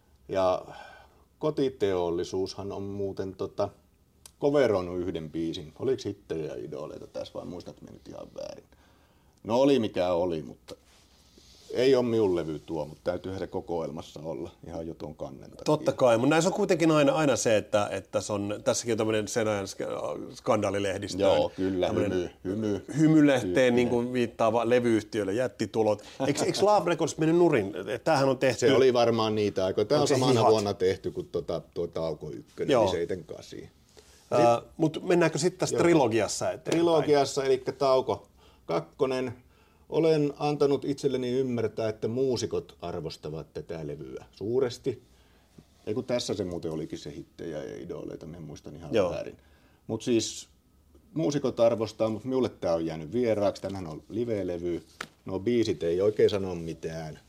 Ja Kotiteollisuushan on muuten tota, coveroinut yhden biisin. Oliko hittejä ja idoleita tässä vai muistatko me nyt ihan väärin? No oli mikä oli, mutta Ei ole minun levy tuo, mutta täytyyhän se kokoelmassa olla ihan jo tuon kannen takia. Totta kai, mutta näissä on kuitenkin aina, aina se, että, että se on, tässäkin on tämmöinen sen ajan skandaalilehdistöön. Joo, kyllä, hymy, hymy. Hymylehteen niin kuin viittaava levyyhtiöille jättitulot. Eikö, eikö Love Records mennyt nurin? Tämähän on tehty. Se oli varmaan niitä aikoja. Tämä on samana hihat? vuonna tehty kuin tuota, tuo Tauko ykkönen, eli seitsemänkymmentäkahdeksan. Uh, mutta mennäänkö sitten tässä trilogiassa eteenpäin? Trilogiassa, eli Tauko kakkonen. Olen antanut itselleni ymmärtää, että muusikot arvostavat tätä levyä suuresti. Ei kun tässä se muuten olikin se hittejä ja idoleita, mä en muistan ihan Joo. väärin. Mutta siis muusikot arvostaa, mutta minulle tämä on jäänyt vieraaksi. Tänään on live-levy. No biisit ei oikein sano mitään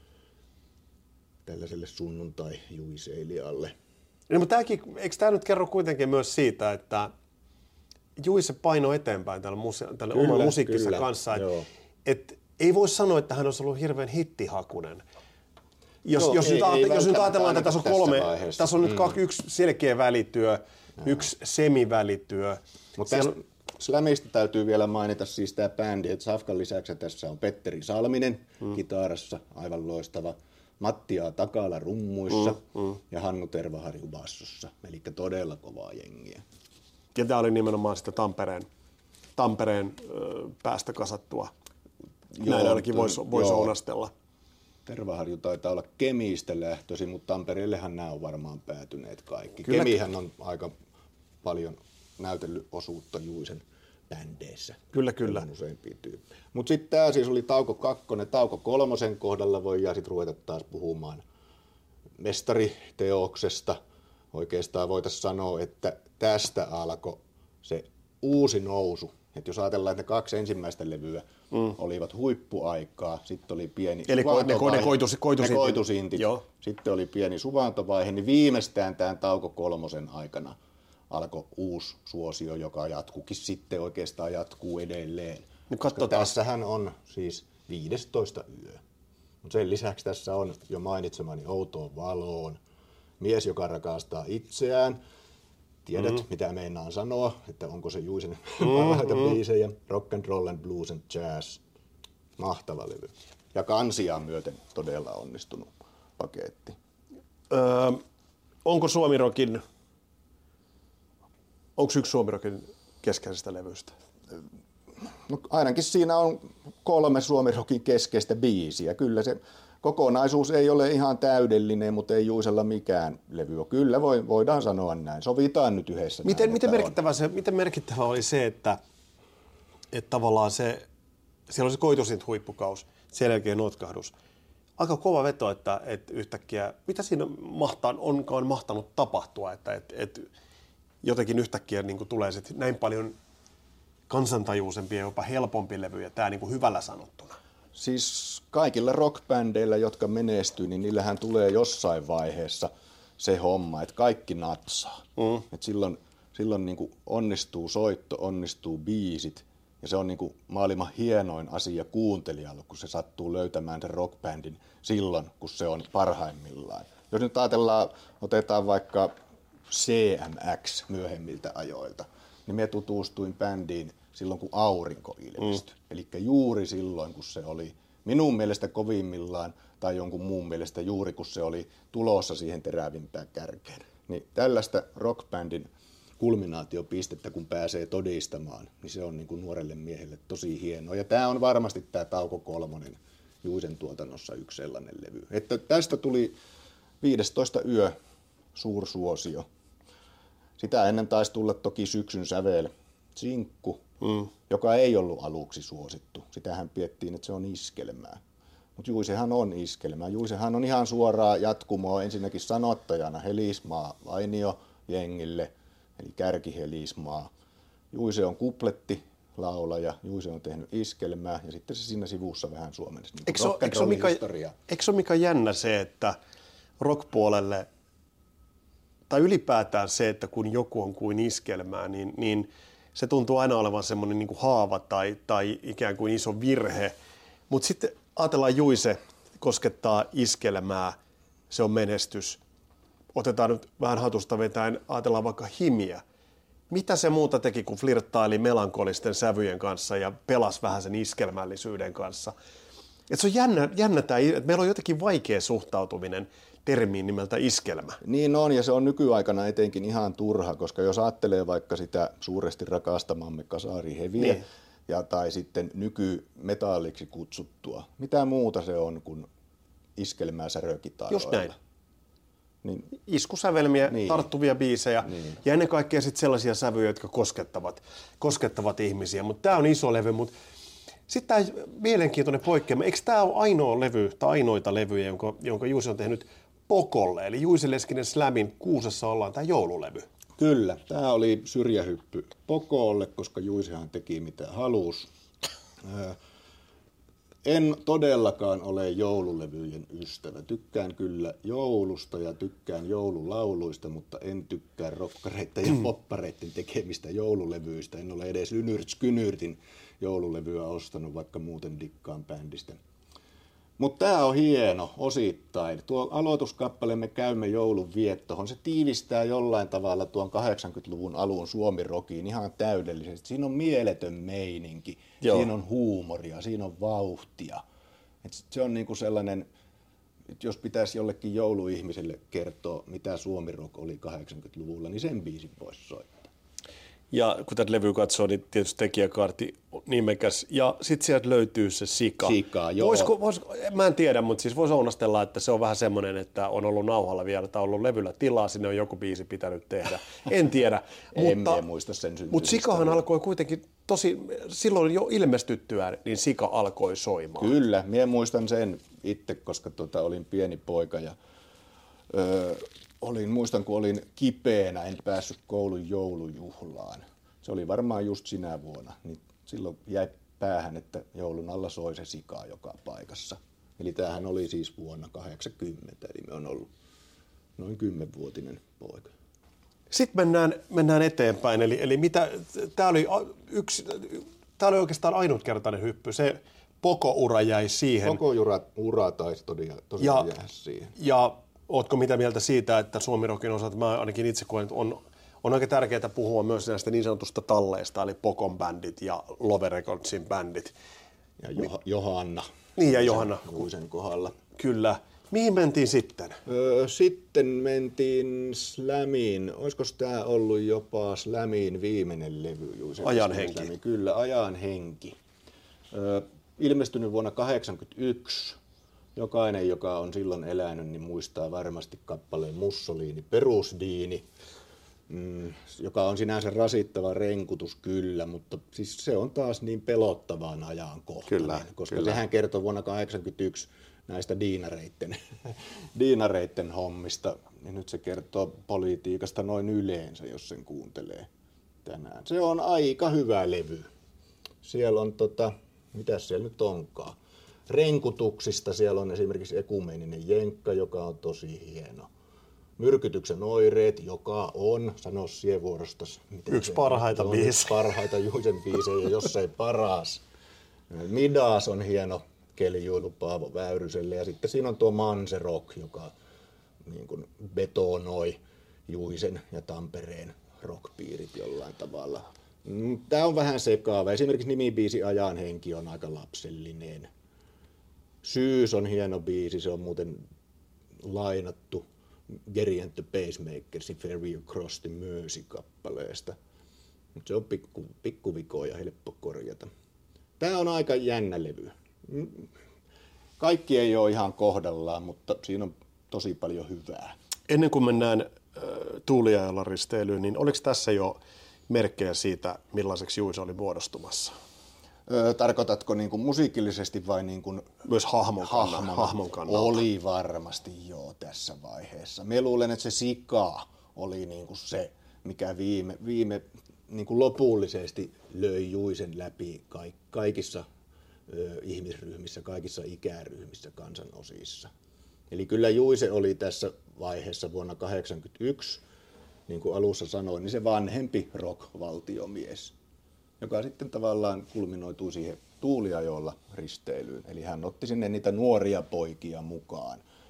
tällaiselle sunnuntai-juiseilijalle. No, mutta tämäkin, eikö tämä nyt kerro kuitenkin myös siitä, että Juise paino eteenpäin tällä, muse- tällä kyllä, oman musiikkinsa kyllä, kanssa. Et, et, ei voi sanoa, että hän olisi ollut hirveän hittihakunen. Jos, Joo, jos, ei, nyt, ei, jos nyt ajatellaan, että tässä on kolme, tässä, tässä on nyt mm. kaksi, yksi selkeä välityö, no. yksi semivälityö. Mutta Siellä... Slamista täytyy vielä mainita siis tämä bändi, että Safkan lisäksi tässä on Petteri Salminen mm. kitarassa, aivan loistava. Matti A. Takala rummuissa mm, mm. ja Hannu Tervaharju bassossa, eli todella kovaa jengiä. Ja tämä oli nimenomaan sitä Tampereen, Tampereen ö, päästä kasattua. Joo, näin ainakin voisi vois ounastella. Tervaharju taitaa olla Kemiistä lähtöisin, mutta Tampereellehan nämä on varmaan päätyneet kaikki. Kyllä. Kemihän on aika paljon näytellyt osuutta Juisen bändeissä. Kyllä, kyllä. Useimpia tyyppejä. Mutta sitten tämä siis oli Tauko kakkonen. Tauko kolmosen kohdalla voidaan sitten ruveta taas puhumaan mestariteoksesta. Oikeastaan voitaisiin sanoa, että tästä alkoi se uusi nousu. Et jos ajatellaan, että ne kaksi ensimmäistä levyä mm. olivat huippuaikaa, sitten oli pieni Eli suvantovaihe. Ne, ne koitus, koitusintit. Ne koitusintit. Sitten oli pieni suvantovaihe, niin viimeistään tämän Tauko kolmosen aikana alkoi uusi suosio, joka jatkukin sitten oikeastaan jatkuu edelleen. No, tässähän on siis viidestoista yö. Mutta sen lisäksi tässä on jo mainitsemani Outoon valoon, Mies, joka rakastaa itseään. Tiedät, mm. mitä meinaan sanoa, että onko se Juisen parhaita mm, biisejä. Rock and roll and blues and jazz. Mahtava levy. Ja kansiaan myöten todella onnistunut paketti. Öö, onko Suomirokin, onko yksi Suomirokin keskeisestä levystä? No, ainakin siinä on kolme Suomirokin keskeistä biisiä. Kyllä se kokonaisuus ei ole ihan täydellinen, mutta ei Juisella mikään levy ole. Kyllä voi, voidaan sanoa näin. Sovitaan nyt yhdessä. Miten, näin, miten, merkittävä se, miten merkittävä oli se, että, että tavallaan se, siellä oli se koitusin huippukaus, sen jälkeen notkahdus. Aika kova veto, että, että yhtäkkiä, mitä siinä mahtaa, onkaan mahtanut tapahtua, että, että, että jotenkin yhtäkkiä niin kuin tulee sit näin paljon kansantajuisempi ja jopa helpompi levy, ja tämä niin kuin hyvällä sanottuna. Siis kaikilla rockbändeillä, jotka menestyy, niin niillähän tulee jossain vaiheessa se homma, että kaikki natsaa. Mm. Et silloin silloin niin kuin onnistuu soitto, onnistuu biisit, ja se on niin kuin maailman hienoin asia kuuntelijalle, kun se sattuu löytämään sen rockbändin silloin, kun se on parhaimmillaan. Jos nyt ajatellaan, otetaan vaikka C M X myöhemmiltä ajoilta, niin me tutustuin bändiin silloin, kun Aurinko ilmestyi. Mm. Eli juuri silloin, kun se oli minun mielestä kovimmillaan tai jonkun muun mielestä juuri, kun se oli tulossa siihen terävimpään kärkeen. Niin tällaista rockbändin kulminaatiopistettä, kun pääsee todistamaan, niin se on niin kuin nuorelle miehelle tosi hienoa. Ja tämä on varmasti tämä Tauko kolmonen Juisen tuotannossa yksi sellainen levy. Että tästä tuli viidestoista yö suursuosio. Sitä ennen taisi tulla toki Syksyn sävel Sinkku, mm. joka ei ollut aluksi suosittu. Sitähän piettiin, että se on iskelmää. Mutta Juisehan on iskelmää. Juisehan on ihan suoraa jatkumoa ensinnäkin sanottajana Helismaa Vainio jengille, eli kärkihelismaa. Juise on kupletti laulaja, Juise on tehnyt iskelmää ja sitten se siinä sivussa vähän suomensi. Niin eikö, se, eikö, se mikä, eikö se ole mikä jännä se, että rockpuolelle tai ylipäätään se, että kun joku on kuin iskelmää, niin, niin se tuntuu aina olevan semmoinen niin kuin haava tai, tai ikään kuin iso virhe. Mutta sitten ajatellaan Juise, koskettaa iskelmää, se on menestys. Otetaan nyt vähän hatusta vetäen, ajatellaan vaikka Himiä. Mitä se muuta teki, kun flirttaili melankolisten sävyjen kanssa ja pelasi vähän sen iskelmällisyyden kanssa? Et se on jännä, jännä tää, että meillä on jotenkin vaikea suhtautuminen termiin nimeltä iskelmä. Niin on, ja se on nykyaikana etenkin ihan turha, koska jos ajattelee vaikka sitä suuresti rakastamamme kasariheviä, niin. ja, tai sitten nykymetalliksi kutsuttua, mitä muuta se on kuin iskelmää särökitaroilla. Just näin. Niin. Iskusävelmiä, niin. tarttuvia biisejä niin. ja ennen kaikkea sit sellaisia sävyjä, jotka koskettavat, koskettavat ihmisiä. Mutta tämä on iso levy, mutta sitten tämä mielenkiintoinen poikkeama. Eikö tämä ole ainoa levy tai ainoita levyjä, jonka, jonka Juise on tehnyt Pokolle, eli Juise Leskinen Slamin Kuusessa ollaan tämä joululevy? Kyllä, tämä oli syrjähyppy Pokolle, koska Juisehan teki mitä halusi. En todellakaan ole joululevyjen ystävä. Tykkään kyllä joulusta ja tykkään joululauluista, mutta en tykkää rokkareiden ja poppareiden tekemistä joululevyistä. En ole edes Ynyrts Kynyrtin joululevyä ostanut, vaikka muuten dikkaan bändistä. Mutta tämä on hieno osittain. Tuo aloituskappale Me käymme joulun viettohon, se tiivistää jollain tavalla tuon kahdeksankymmentäluvun alun suomirokiin ihan täydellisesti. Siinä on mieletön meininki, Joo. siinä on huumoria, siinä on vauhtia. Et se on niinku sellainen, että jos pitäisi jollekin jouluihmiselle kertoa, mitä suomirok oli kahdeksankymmentäluvulla, niin sen biisin voisi soittaa. Ja kun tätä levyä katsoo, niin tietysti tekijäkaarti nimekäs. Ja sitten sieltä löytyy se Sika. Sika, joo. Voisiko, voisiko, mä en tiedä, mutta siis voisi ounastella, että se on vähän semmoinen, että on ollut nauhalla vielä tai ollut levyllä tilaa, sinne on joku biisi pitänyt tehdä. En tiedä. en mutta, muista sen syntymistä. Mutta Sikahan alkoi kuitenkin tosi, silloin jo ilmestyttyään, niin Sika alkoi soimaan. Kyllä, minä muistan sen itse, koska tota, olin pieni poika ja... Öö, Olin, muistan, kun olin kipeänä, en päässyt koulun joulujuhlaan. Se oli varmaan just sinä vuonna. Niin silloin jäi päähän, että joulun alla soi se Sika joka paikassa. Eli tämähän oli siis vuonna kahdeksankymmentä, eli me on ollut noin kymmenvuotinen poika. Sitten mennään, mennään eteenpäin. Eli, eli mitä, tämä oli, yksi, tämä oli oikeastaan ainutkertainen hyppy. Se Poko-ura jäi siihen. Poko-ura ura taisi tosiaan, tosiaan jäädä siihen. Ja ootko mitä mieltä siitä, että suomirokin osalta, mä ainakin itse koen, että on, on oikein tärkeää puhua myös näistä niin sanotusta talleista, eli Pokon bändit ja Love Recordsin bändit. Ja Joh- Johanna. Niin ja Johanna. Kuusen kohdalla. Kyllä. Mihin mentiin sitten? Öö, sitten mentiin Slamiin. Olisiko tämä ollut jopa Slamin viimeinen levy? Juise Ajan henki. Slami. Kyllä, Ajan henki. Öö, ilmestynyt vuonna kahdeksankymmentäyksi. Jokainen, joka on silloin elänyt, niin muistaa varmasti kappaleen Mussolini perusdiini, mm, joka on sinänsä rasittava renkutus kyllä, mutta siis se on taas niin pelottavaan ajankohtainen, kyllä, koska kyllä. sehän kertoo vuonna kahdeksankymmentäyksi näistä diinareitten, diinareitten hommista, niin nyt se kertoo politiikasta noin yleensä, jos sen kuuntelee tänään. Se on aika hyvä levy. Siellä on, tota, mitäs siellä nyt onkaan? Renkutuksista siellä on esimerkiksi Ekumeeninen Jenkka, joka on tosi hieno. Myrkytyksen oireet, joka on, sano sie vuorostas. Yksi parhaita biisejä. Parhaita Juisen biisejä, jos ei paras. Midas on hieno kelijuilu Paavo Väyryselle. Ja sitten siinä on tuo Manserok, joka niin kuin betonoi Juisen ja Tampereen rockpiirit jollain tavalla. Tämä on vähän sekaava. Esimerkiksi nimibiisi Ajan henki on aika lapsellinen. Syys on hieno biisi, se on muuten lainattu Gerry and the Pacemakersin Ferry Across the Mersey-kappaleesta. Mutta se on pikku, pikkuvikoja helppo korjata. Tämä on aika jännä levy. Kaikki ei ole ihan kohdallaan, mutta siinä on tosi paljon hyvää. Ennen kuin mennään äh, Tuuliajalla risteilyyn, niin oliko tässä jo merkkejä siitä, millaiseksi Juise oli muodostumassa? Öö, tarkoitatko niin kuin musiikillisesti vai niin kuin myös hahmon, hahmon, hahmon kannalta? Oli varmasti joo tässä vaiheessa. Mä luulen, että se Sika oli niin kuin se, mikä viime, viime niin kuin lopullisesti löi Juisen läpi kaikissa ö, ihmisryhmissä, kaikissa ikäryhmissä, kansanosissa. Eli kyllä Juise oli tässä vaiheessa vuonna kahdeksankymmentäyksi, niin kuin alussa sanoin, niin se vanhempi rock-valtiomies, joka sitten tavallaan kulminoituu siihen Tuuliajolla risteilyyn. Eli hän otti sinne niitä nuoria poikia mukaan,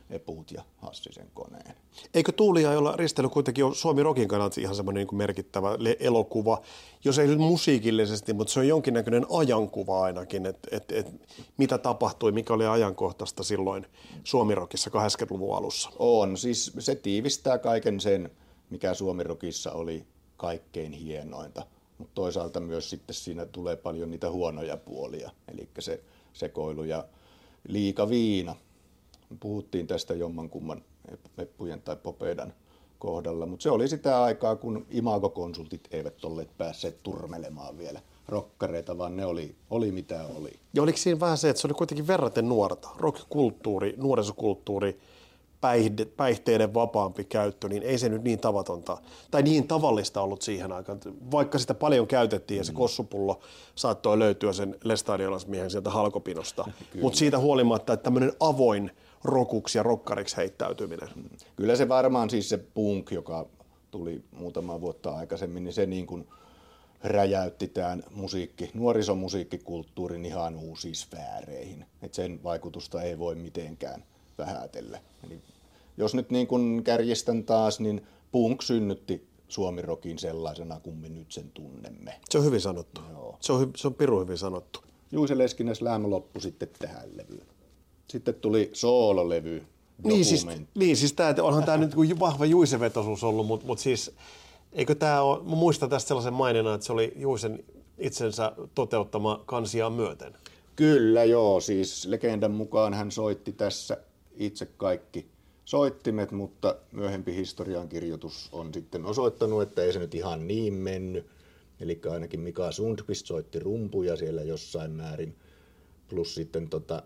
Eput ja Hassisen koneen. Eikö Tuuliajolla risteily kuitenkin ole Suomi Rockin kannalta ihan semmoinen niin merkittävä elokuva, jos ei nyt musiikillisesti, mutta se on jonkinnäköinen ajankuva ainakin, että et, et, mitä tapahtui, mikä oli ajankohtaista silloin Suomi Rockissa kahdeksankymmentäluvun alussa. On, siis se tiivistää kaiken sen, mikä Suomi Rockissa oli kaikkein hienointa, mutta toisaalta myös sitten siinä tulee paljon niitä huonoja puolia, eli se sekoilu ja liika viina. Puhuttiin tästä jommankumman Eppujen tai Popedan kohdalla, mutta se oli sitä aikaa, kun imagokonsultit eivät olleet päässeet turmelemaan vielä rokkareita, vaan ne oli, oli mitä oli. Ja oliko siinä vähän se, että se oli kuitenkin verraten nuorta, rock-kulttuuri, nuorisokulttuuri, päihde, päihteiden vapaampi käyttö, niin ei se nyt niin tavatonta tai niin tavallista ollut siihen aikaan. Vaikka sitä paljon käytettiin ja se kossupullo saattoi löytyä sen lestadiolaismiehen sieltä halkopinosta, mutta siitä huolimatta, että tämmöinen avoin rokuksi ja rokkariksi heittäytyminen. Kyllä se varmaan siis se punk, joka tuli muutama vuotta aikaisemmin, niin se niin kuin räjäytti tämän musiikki, nuorisomusiikkikulttuurin ihan uusiin sfääreihin. Et sen vaikutusta ei voi mitenkään vähätellä. Eli jos nyt niin kuin kärjistän taas, niin punk synnytti Suomi Rockin sellaisena, kun me nyt sen tunnemme. Se on hyvin sanottu. Joo. Se on, se on pirun hyvin sanottu. Juise Leskinen Slam loppui sitten tähän levyyn. Sitten tuli soololevy, Niin siis, niin siis tää, onhan tämä nyt vahva Juise-vetoisuus ollut, mutta mut siis eikö tämä ole, mä muistan tästä sellaisen maininnan, että se oli Juisen itsensä toteuttama kansiaan myöten. Kyllä joo, siis legendan mukaan hän soitti tässä itse kaikki soittimet, mutta myöhempi historiankirjoitus on sitten osoittanut, että ei se nyt ihan niin mennyt. Eli ainakin Mika Sundqvist soitti rumpuja siellä jossain määrin, plus sitten tota,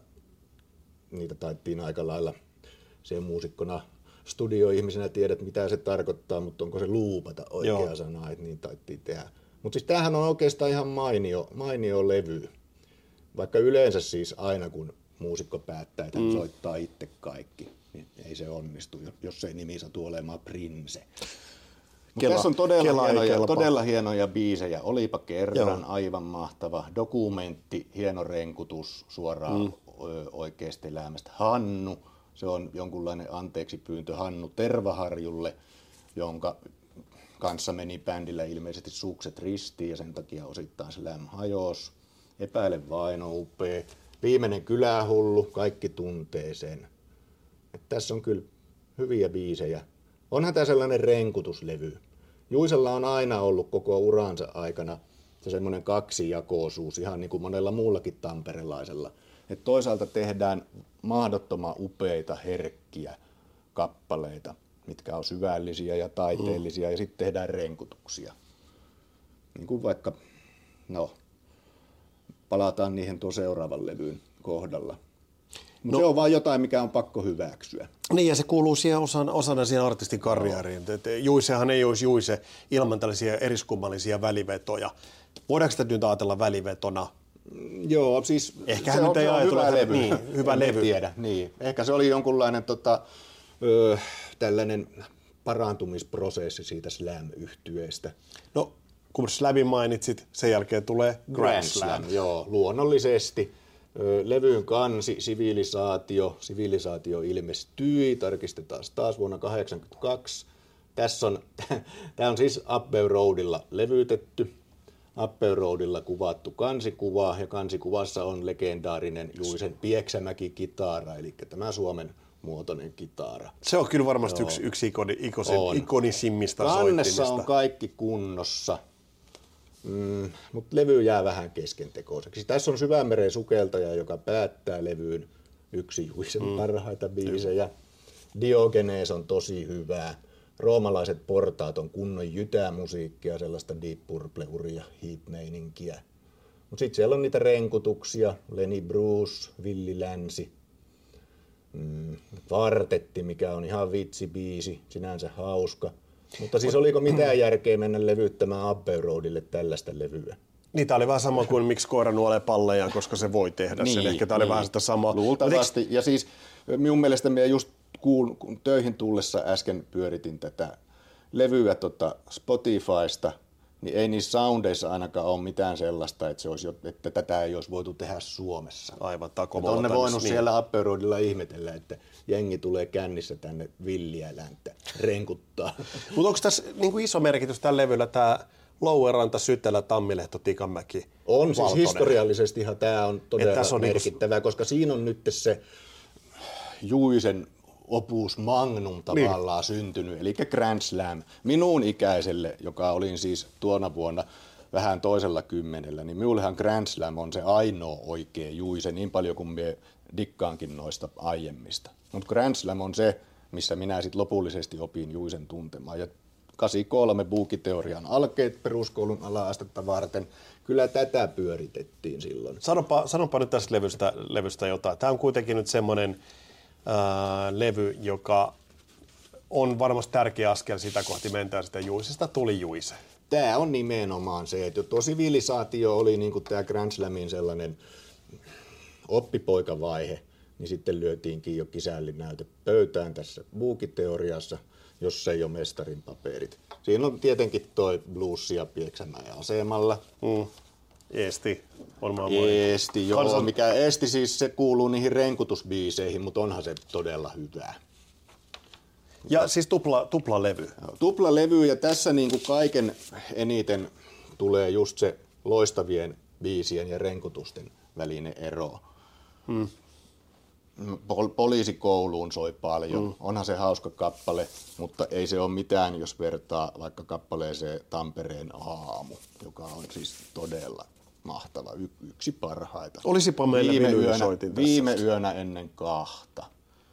niitä taittiin aika lailla se muusikkona, studioihmisenä tiedät mitä se tarkoittaa, mutta onko se luupata oikea Joo. sana, että niin taittiin tehdä. Mutta siis tämähän on oikeastaan ihan mainio, mainio levy, vaikka yleensä siis aina kun muusikko päättää, että hän mm. soittaa itse kaikki, niin ei se onnistu, jos ei nimi satu olemaan Prince. Kela, tässä on todella hienoja, todella hienoja biisejä. Olipa kerran Joo. aivan mahtava dokumentti, hieno renkutus suoraan mm. oikeasta elämästä. Hannu, se on jonkunlainen anteeksi pyyntö Hannu Tervaharjulle, jonka kanssa meni bändillä ilmeisesti sukset ristiin ja sen takia osittain Slam hajosi. Epäile vain on upea. Viimeinen kylähullu, kaikki tuntee sen. Et tässä on kyllä hyviä biisejä. Onhan tämä sellainen renkutuslevy. Juisella on aina ollut koko uransa aikana se semmoinen kaksijakoisuus, ihan niin kuin monella muullakin tamperelaisella. Et toisaalta tehdään mahdottoman upeita, herkkiä kappaleita, mitkä on syvällisiä ja taiteellisia, mm. ja sitten tehdään renkutuksia. Niin kuin vaikka, no, palataan niihin tuon seuraavan levyyn kohdalla. Mutta no, se on vaan jotain, mikä on pakko hyväksyä. Niin, ja se kuuluu siihen osana, osana siihen artistin karrieriin. No. Juisehan ei olisi Juise ilman tällaisia eriskummallisia välivetoja. Voidaanko sitä nyt ajatella välivetona? Joo, siis ehkä se on, ei on ajatella, hyvä levy. Niin, hyvä levy. Tiedä, niin. Ehkä se oli jonkunlainen tota, ö, tällainen parantumisprosessi siitä Slam-yhtyeestä. No, kun Slamin mainitsit, sen jälkeen tulee Grand Slam. Slam. Joo, luonnollisesti. Levyyn kansi, Sivilisaatio. Sivilisaatio ilmestyi, tarkistetaan taas vuonna tuhatyhdeksänsataakahdeksankymmentäkaksi. Tässä on, tämä on siis Abbey Roadilla levytetty. Abbey Roadilla kuvattu kansikuva, ja kansikuvassa on legendaarinen Juisen Pieksämäki-kitara, eli tämä Suomen muotoinen kitara. Se on kyllä varmasti Joo. yksi, yksi ikoni, ikosen, ikonisimmista soittimista. Kannessa on kaikki kunnossa. Mm, mutta levy jää vähän keskentekoiseksi. Tässä on Syvämeren sukeltaja, joka päättää levyyn yksi Juisen mm. parhaita biisejä. Diogenes on tosi hyvää. Roomalaiset portaat on kunnon jytämusiikkia, sellaista Deep Purple-huria heat-meininkiä. Mutta sitten siellä on niitä renkutuksia, Lenny Bruce, Villi Länsi, mm, Vartetti, mikä on ihan vitsibiisi, sinänsä hauska. Mutta siis oliko mitään järkeä mennä levyttämään Abbey Roadille tällaista levyä? Niin, tämä oli vähän sama kuin miksi koira nuolee palleja, koska se voi tehdä niin, sen. Ehkä tämä niin. oli vähän sitä samaa. Luultavasti. Eikö... Ja siis minun mielestä minä just kuul, kun töihin tullessa äsken pyöritin tätä levyä tota Spotifysta, niin ei niissä soundeissa ainakaan ole mitään sellaista, että, se olisi, että tätä ei olisi voitu tehdä Suomessa. Aivan Että takomalla. on ne voinut niin. siellä Abbey Roadilla ihmetellä, että jengi tulee kännissä tänne villiä länttä renkuttaa. Mutta onko tässä niin kuin iso merkitys tällä levyllä tämä Loueranta, Sytelä, Tammilehto, Tikanmäki, On siis Valtonen? historiallisestihan tämä on todella on merkittävää, niinku... koska siinä on nyt se Juisen opus magnum tavallaan niin. syntynyt, eli Grand Slam. Minun ikäiselle, joka olin siis tuona vuonna vähän toisella kymmenellä, niin minullehan Grand Slam on se ainoa oikea Juise, niin paljon kuin minä dikkaankin noista aiemmista. Mutta Grand Slam on se, missä minä sitten lopullisesti opin Juisen tuntemaan. Ja kahdeksankymmentäkolme buukiteorian alkeet peruskoulun ala-astetta varten. Kyllä tätä pyöritettiin silloin. Sanopa, sanopa nyt tästä levystä, levystä jotain. Tämä on kuitenkin nyt semmoinen ää, levy, joka on varmasti tärkeä askel sitä kohti mentää sitä Juisesta tuli Juise. Tämä on nimenomaan se, että tuo sivilisaatio oli niin kuin tämä Grand Slamin sellainen oppipoikavaihe, niin sitten lyötiinkin jo kisällinäyte pöytään tässä buukiteoriassa, jos ei ole mestarin paperit. Siinä on tietenkin toi bluesia Pieksämäen asemalla. Mm. Eesti on maailman. Eesti, joo. Kansan... Mikä Eesti siis se kuuluu niihin renkutusbiiseihin, mutta onhan se todella hyvää. Ja mutta... siis tupla, tupla levy. Tupla levy ja tässä niin kuin kaiken eniten tulee just se loistavien biisien ja renkutusten välinen ero. Hmm. Pol- poliisikouluun soi paljon. Mm. Onhan se hauska kappale, mutta ei se ole mitään, jos vertaa vaikka kappaleeseen Tampereen aamu, joka on siis todella mahtava, y- yksi parhaita. Olisipa meillä viime yönä, soitin viime yönä ennen kahta.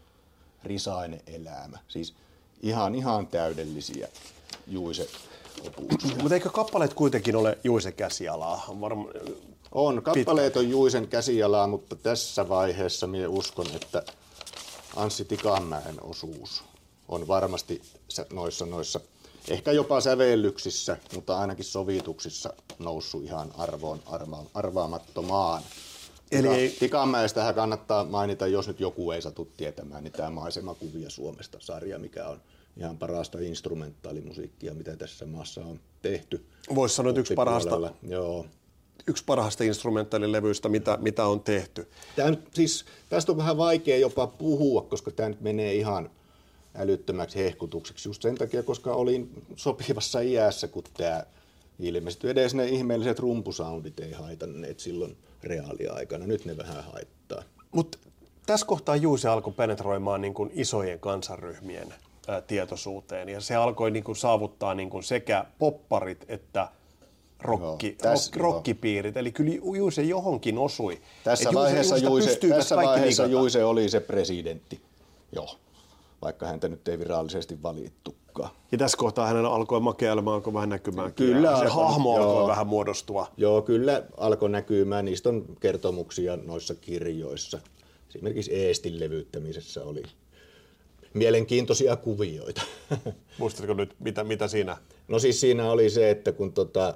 Risainen elämä. Siis ihan, ihan täydellisiä Juise opuuksia. Mutta eikö kappaleet kuitenkin ole Juisen käsialaa? Varma... On, kappaleet on Juisen käsialaa, mutta tässä vaiheessa minä uskon, että Anssi Tikanmäen osuus on varmasti noissa, noissa ehkä jopa sävellyksissä, mutta ainakin sovituksissa noussut ihan arvoon arva, arvaamattomaan. Eli ei... Tikanmäestähän kannattaa mainita, jos nyt joku ei satu tietämään, niin tämä Maisemakuvia Suomesta -sarja, mikä on ihan parasta instrumentaalimusiikkia, mitä tässä maassa on tehty. Voisi sanoa, että yksi parhaasta. Joo. Yksi parhaista instrumentaalilevyistä, mitä, mitä on tehty. Tämä nyt, siis, tästä on vähän vaikea jopa puhua, koska tämä nyt menee ihan älyttömäksi hehkutukseksi. Just sen takia, koska olin sopivassa iässä, kun tämä ilmestyi. Edes ne ihmeelliset rumpusoundit ei haitanneet silloin reaaliaikana. Nyt ne vähän haittaa. Mutta tässä kohtaa Juise alkoi penetroimaan niin kuin isojen kansanryhmien ää, tietoisuuteen. Ja se alkoi niin kuin saavuttaa niin kuin sekä popparit että Rokki, joo, tässä, rock, rokkipiirit, eli kyllä Juise johonkin osui. Tässä vaiheessa, Juise, tässä vaiheessa Juise oli se presidentti, joo, vaikka häntä nyt ei virallisesti valittukaan. Ja tässä kohtaa hänen alkoi makeilmaan, alkoi vähän näkymään. Kyllä, se alkoi, hahmo joo, alkoi vähän muodostua. Joo, kyllä alkoi näkymään. Niistä on kertomuksia noissa kirjoissa. Esimerkiksi Eestin levyttämisessä oli mielenkiintoisia kuvioita. Muistatko nyt, mitä, mitä siinä? No siis siinä oli se, että kun tota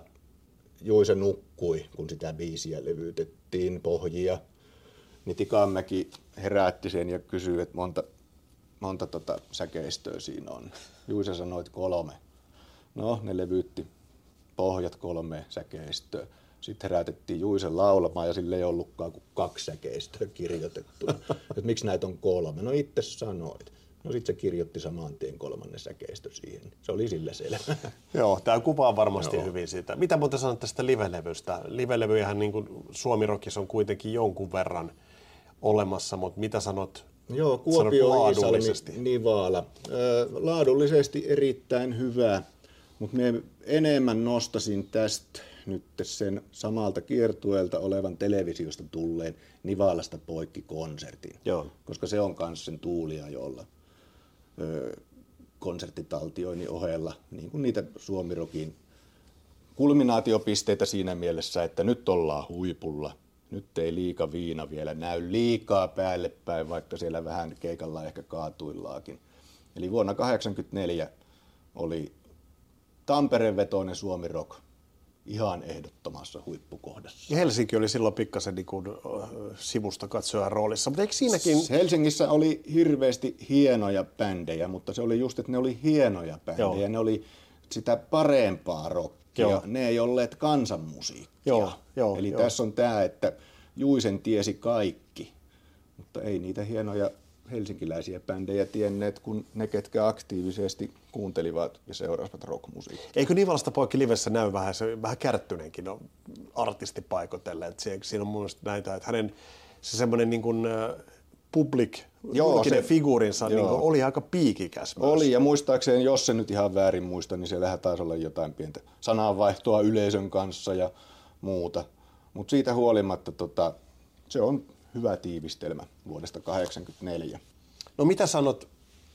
Juise nukkui, kun sitä biisiä levytettiin, pohjia, niin Tikanmäki herätti sen ja kysyi, että monta, monta tota säkeistöä siinä on. Juise sanoi, että kolme. No, ne levytti pohjat kolme säkeistöä. Sitten herätettiin Juisen laulamaan ja sille ei ollutkaan kuin kaksi säkeistöä kirjoitettuna. Että miksi näitä on kolme? No itse sanoit. No sitten se kirjoitti saman tien kolmannen säkeistö siihen. Se oli sillä selvä. Joo, tämä kuvaa varmasti Joo. hyvin sitä. Mitä muuten sanot tästä livelevystä? Livelevyjähän niin kuin Suomi-rockissa on kuitenkin jonkun verran olemassa, mutta mitä sanot? Joo, Kuopio, Iisalmi, Nivala. Laadullisesti erittäin hyvä, mutta minä enemmän nostasin tästä nyt sen samalta kiertueelta olevan televisiosta tulleen Nivalasta poikki konsertin. Joo. Koska se on myös sen Tuuliajolla konserttitaltioinnin ohella, niin kuin niitä Suomi-rokin kulminaatiopisteitä siinä mielessä, että nyt ollaan huipulla. Nyt ei liika viina vielä näy liikaa päälle päin, vaikka siellä vähän keikalla ehkä kaatuillaakin. Eli vuonna tuhatyhdeksänsataakahdeksankymmentäneljä oli Tampereen vetoinen Suomi Rock ihan ehdottomassa huippukohdassa. Ja Helsinki oli silloin pikkasen niin kuin, äh, sivusta katsojan roolissa, mutta eikö siinäkin... Helsingissä oli hirveästi hienoja bändejä, mutta se oli just, että ne oli hienoja bändejä. Joo. Ne oli sitä parempaa rockia. Joo. Ja ne ei olleet kansanmusiikkia. Joo, joo, Eli joo. tässä on tämä, että Juisen tiesi kaikki, mutta ei niitä hienoja helsinkiläisiä bändejä tienneet, kun ne, ketkä aktiivisesti kuuntelivat ja seurasivat rockmusiikkia. Eikö Nivalasta poikki livessä näy vähän, se vähän kärttyneenkin no, artisti paikotelle, että siinä on mun mielestä näitä, että hänen se semmoinen niin kuin public, Joo, julkinen se- figuurinsa niin kuin joo. oli aika piikikäs myös. Oli, ja muistaakseni, jos se nyt ihan väärin muista, niin siellähän taisi olla jotain pientä sananvaihtoa yleisön kanssa ja muuta. Mutta siitä huolimatta tota, se on hyvä tiivistelmä vuodesta kahdeksankymmentäneljä. No mitä sanot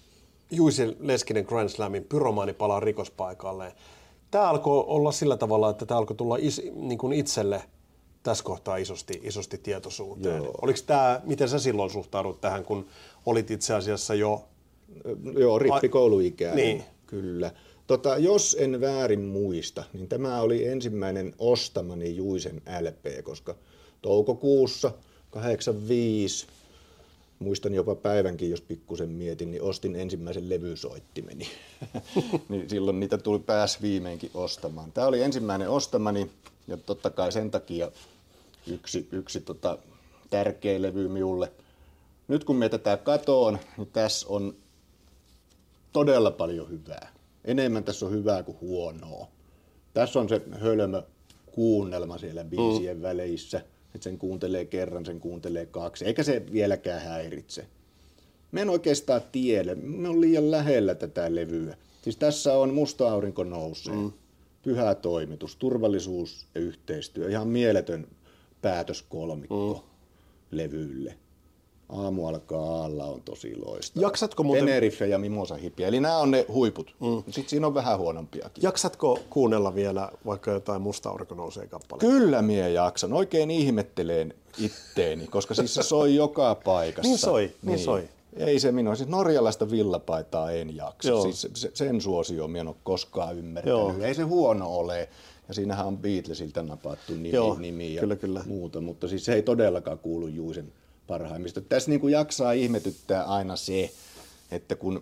Juice Leskinen Grand Slamin Pyromaani palaa rikospaikalleen? Tämä alkoi olla sillä tavalla, että tämä alkoi tulla is, niin kuin itselle tässä kohtaa isosti, isosti tietoisuuteen. Joo. Oliko tämä, miten sä silloin suhtaudut tähän, kun olit itse asiassa jo... Joo, rippikouluikäinen. Niin. Kyllä. Tota, jos en väärin muista, niin tämä oli ensimmäinen ostamani Juisen L P, koska toukokuussa kahdeksankymmentäviisi, muistan jopa päivänkin, jos pikkusen mietin, niin ostin ensimmäisen levysoittimeni. Niin silloin niitä tuli pääs viimeinkin ostamaan. Tämä oli ensimmäinen ostamani, ja totta kai sen takia yksi, yksi tota, tärkeä levy minulle. Nyt kun mietitään katoon, niin tässä on todella paljon hyvää. Enemmän tässä on hyvää kuin huonoa. Tässä on se hölmö kuunnelma siellä biisien mm. väleissä. Että sen kuuntelee kerran, sen kuuntelee kaksi. Eikä se vieläkään häiritse. Mä en oikeastaan tiedä. Me on liian lähellä tätä levyä. Siis tässä on Musta aurinko nousee. Mm. Pyhä toimitus, turvallisuus ja yhteistyö. Ihan mieletön päätöskolmikko mm. levylle. Aamu alkaa alla on tosi loistava. Jaksatko muuten... Tenerife ja Mimosa Hippie. Eli nämä on ne huiput. Mm. Sitten siinä on vähän huonompiakin. Jaksatko kuunnella vielä vaikka jotain Musta aurinko nousee kappaleita? Kyllä mie jaksan. Oikein ihmetteleen itteeni, koska siis se soi joka paikassa. Niin soi, niin soi. Ei se minua. Siis norjalaista villapaitaa en jaksa. Joo. Siis se, sen suosio minä en ole koskaan ymmärtänyt. Joo. Ei se huono ole. Ja siinähän on Beatlesilta napattu nimi, Joo, nimi ja kyllä, kyllä. muuta. Mutta siis se ei todellakaan kuulu Juisen parhaimmista. Tässä niin kuin jaksaa ihmetyttää aina se, että kun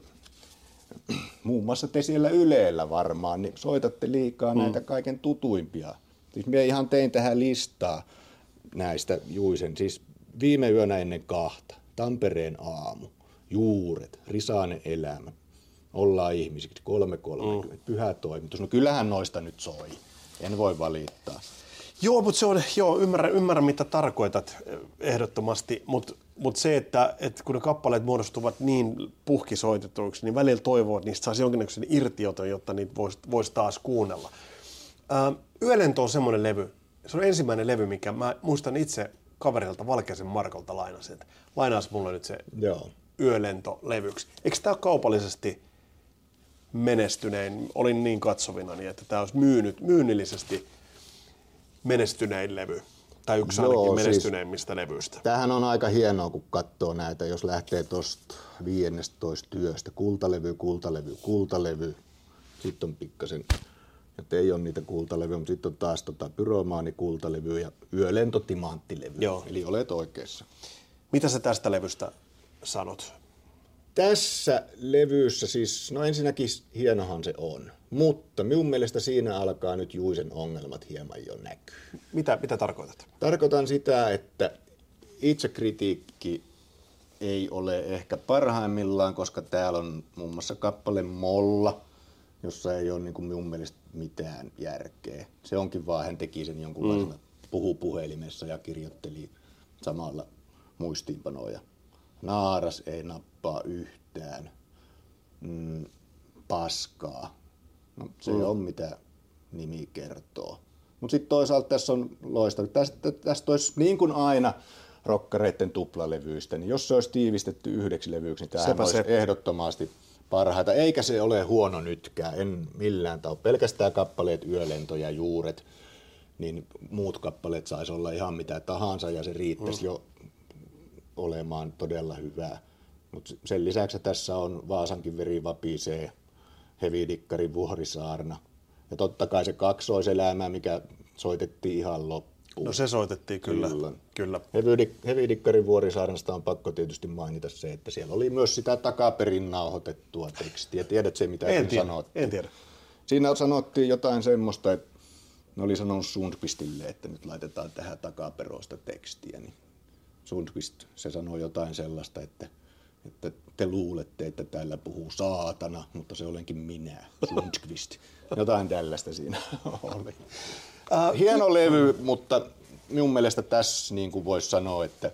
muun muassa te siellä Ylellä varmaan, niin soitatte liikaa mm. näitä kaiken tutuimpia. Siis minä ihan tein tähän listaa näistä Juisen. Siis viime yönä ennen kahta, Tampereen aamu, Juuret, Risainen elämä, Ollaan ihmisiksi, kolme kolmekymmentä, mm. Pyhä toimitus. No kyllähän noista nyt soi. En voi valittaa. Joo, mutta se on, joo, ymmärrän, ymmärrän mitä tarkoitat ehdottomasti, mutta mut se, että, että kun ne kappaleet muodostuvat niin puhkisoitetuiksi, niin välillä toivoo, että niistä saisi jonkinnäköisen irtioton, jotta niitä voisi vois taas kuunnella. Ää, Yölento on semmoinen levy, se on ensimmäinen levy, mikä mä muistan itse kaverilta Valkeasen Markolta lainasin, että lainaas mulle nyt se Joo. Yölento levyksi. Eikö tämä ole kaupallisesti menestynein? Olin niin katsovinani, että tämä olisi myynyt, myynnillisesti menestynein levy, tai yksi Joo, ainakin siis menestyneimmistä levyistä. Tämähän on aika hienoa, kun katsoo näitä, jos lähtee tuosta viidennestätoista työstä. Kultalevy, kultalevy, kultalevy. Sitten on pikkasen, että ei ole niitä kultalevyjä, mutta sitten on taas tota Pyromaani kultalevy ja Yölento timanttilevy. Joo. Eli olet oikeassa. Mitä sä tästä levystä sanot? Tässä levyssä siis, no ensinnäkin hienohan se on, mutta minun mielestä siinä alkaa nyt Juisen ongelmat hieman jo näkyy. Mitä, mitä tarkoitat? Tarkoitan sitä, että itsekritiikki ei ole ehkä parhaimmillaan, koska täällä on muun muassa kappale Molla, jossa ei ole niin kuin minun mielestä mitään järkeä. Se onkin vaan, hän teki sen jonkunlaisena mm. puhupuhelimessa ja kirjoitteli samalla muistiinpanoja. Naaras ei nappaa yhtään. Mm, paskaa. No, se mm. on mitä nimi kertoo. Mutta sitten toisaalta tässä on loistava. Tästä, tästä olisi niin kuin aina rokkareiden tuplalevyistä, niin jos se olisi tiivistetty yhdeksi levyksi, niin tämähän olisi se. ehdottomasti parhaita. Eikä se ole huono nytkään, en millään tavalla. Pelkästään kappaleet Yölento ja Juuret, niin muut kappaleet saisi olla ihan mitä tahansa ja se riittäisi mm. jo olemaan todella hyvää. Mutta sen lisäksi tässä on Vaasankin veri vapisee, Hevidikkari Vuorisaarna. Ja totta kai se kaksoiselämä, mikä soitettiin ihan loppuun. No se soitettiin kyllä. kyllä. kyllä. Hevidikkarin Vuorisaarnasta on pakko tietysti mainita se, että siellä oli myös sitä takaperin nauhoitettua tekstiä. Tiedätkö se, mitä en tiedä, sanottiin? En tiedä. Siinä sanottiin jotain semmoista, että ne oli sanonut Sundqvistille, että nyt laitetaan tähän takaperoista tekstiä. Niin Sundqvist, se sanoi jotain sellaista, että, että te luulette, että täällä puhuu saatana, mutta se olenkin minä, Sundqvist. Jotain tällaista siinä oli. Uh, Hieno levy, mutta minun mielestä tässä niin kuin voisi sanoa, että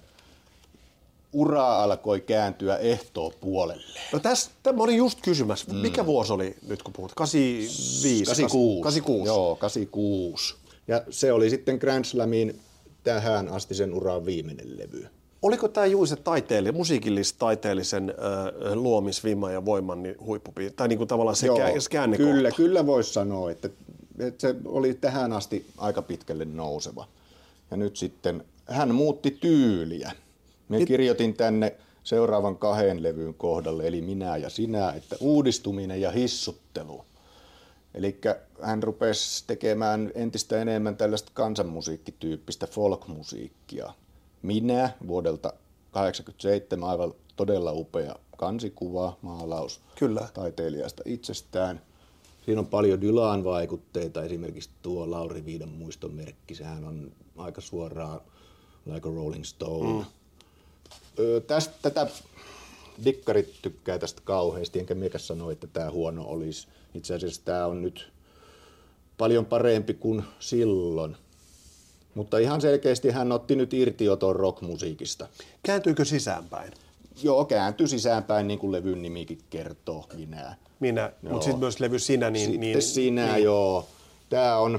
ura alkoi kääntyä ehtoopuolelle. No tässä, tämä oli just kysymässä. Mm. Mikä vuosi oli nyt, kun puhut? kahdeksankymmentäviisi? kahdeksankymmentäkuusi. kahdeksankymmentäkuusi. Joo, kahdeksankymmentäkuusi. Ja se oli sitten Grand Slamin tähän asti sen uran viimeinen levy. Oliko tämä Juise taiteellinen, musiikillis-taiteellisen äh, luomisvimma ja voiman niin huippupiirre? Tai niin kuin tavallaan se Joo, käännekohta? Kyllä, kyllä voisi sanoa, että, että se oli tähän asti aika pitkälle nouseva. Ja nyt sitten hän muutti tyyliä. Me It... kirjoitin tänne seuraavan kahden levyn kohdalle, eli Minä ja sinä, että uudistuminen ja hissuttelu. Eli hän rupesi tekemään entistä enemmän tällaista kansanmusiikkityyppistä folkmusiikkia. Minä vuodelta kahdeksankymmentäseitsemän, aivan todella upea kansikuva, maalaus Kyllä. taiteilijasta itsestään. Siinä on paljon Dylan-vaikutteita, esimerkiksi tuo Lauri Viidan muistomerkki, sehän on aika suoraan Like a Rolling Stone. Mm. Öö, tästä, tätä dikkarit tykkää tästä kauheasti, enkä miekäs sano, että tämä huono olisi. Itse asiassa tämä on nyt paljon parempi kuin silloin. Mutta ihan selkeästi hän otti nyt irtioton rockmusiikista. Kääntyykö sisäänpäin? Joo, kääntyi sisäänpäin, niin kuin levyn nimikin kertoo, Minä. Minä, mutta sitten myös levy Sinä. Niin, sitten niin, Sinä, niin. joo. Tämä on,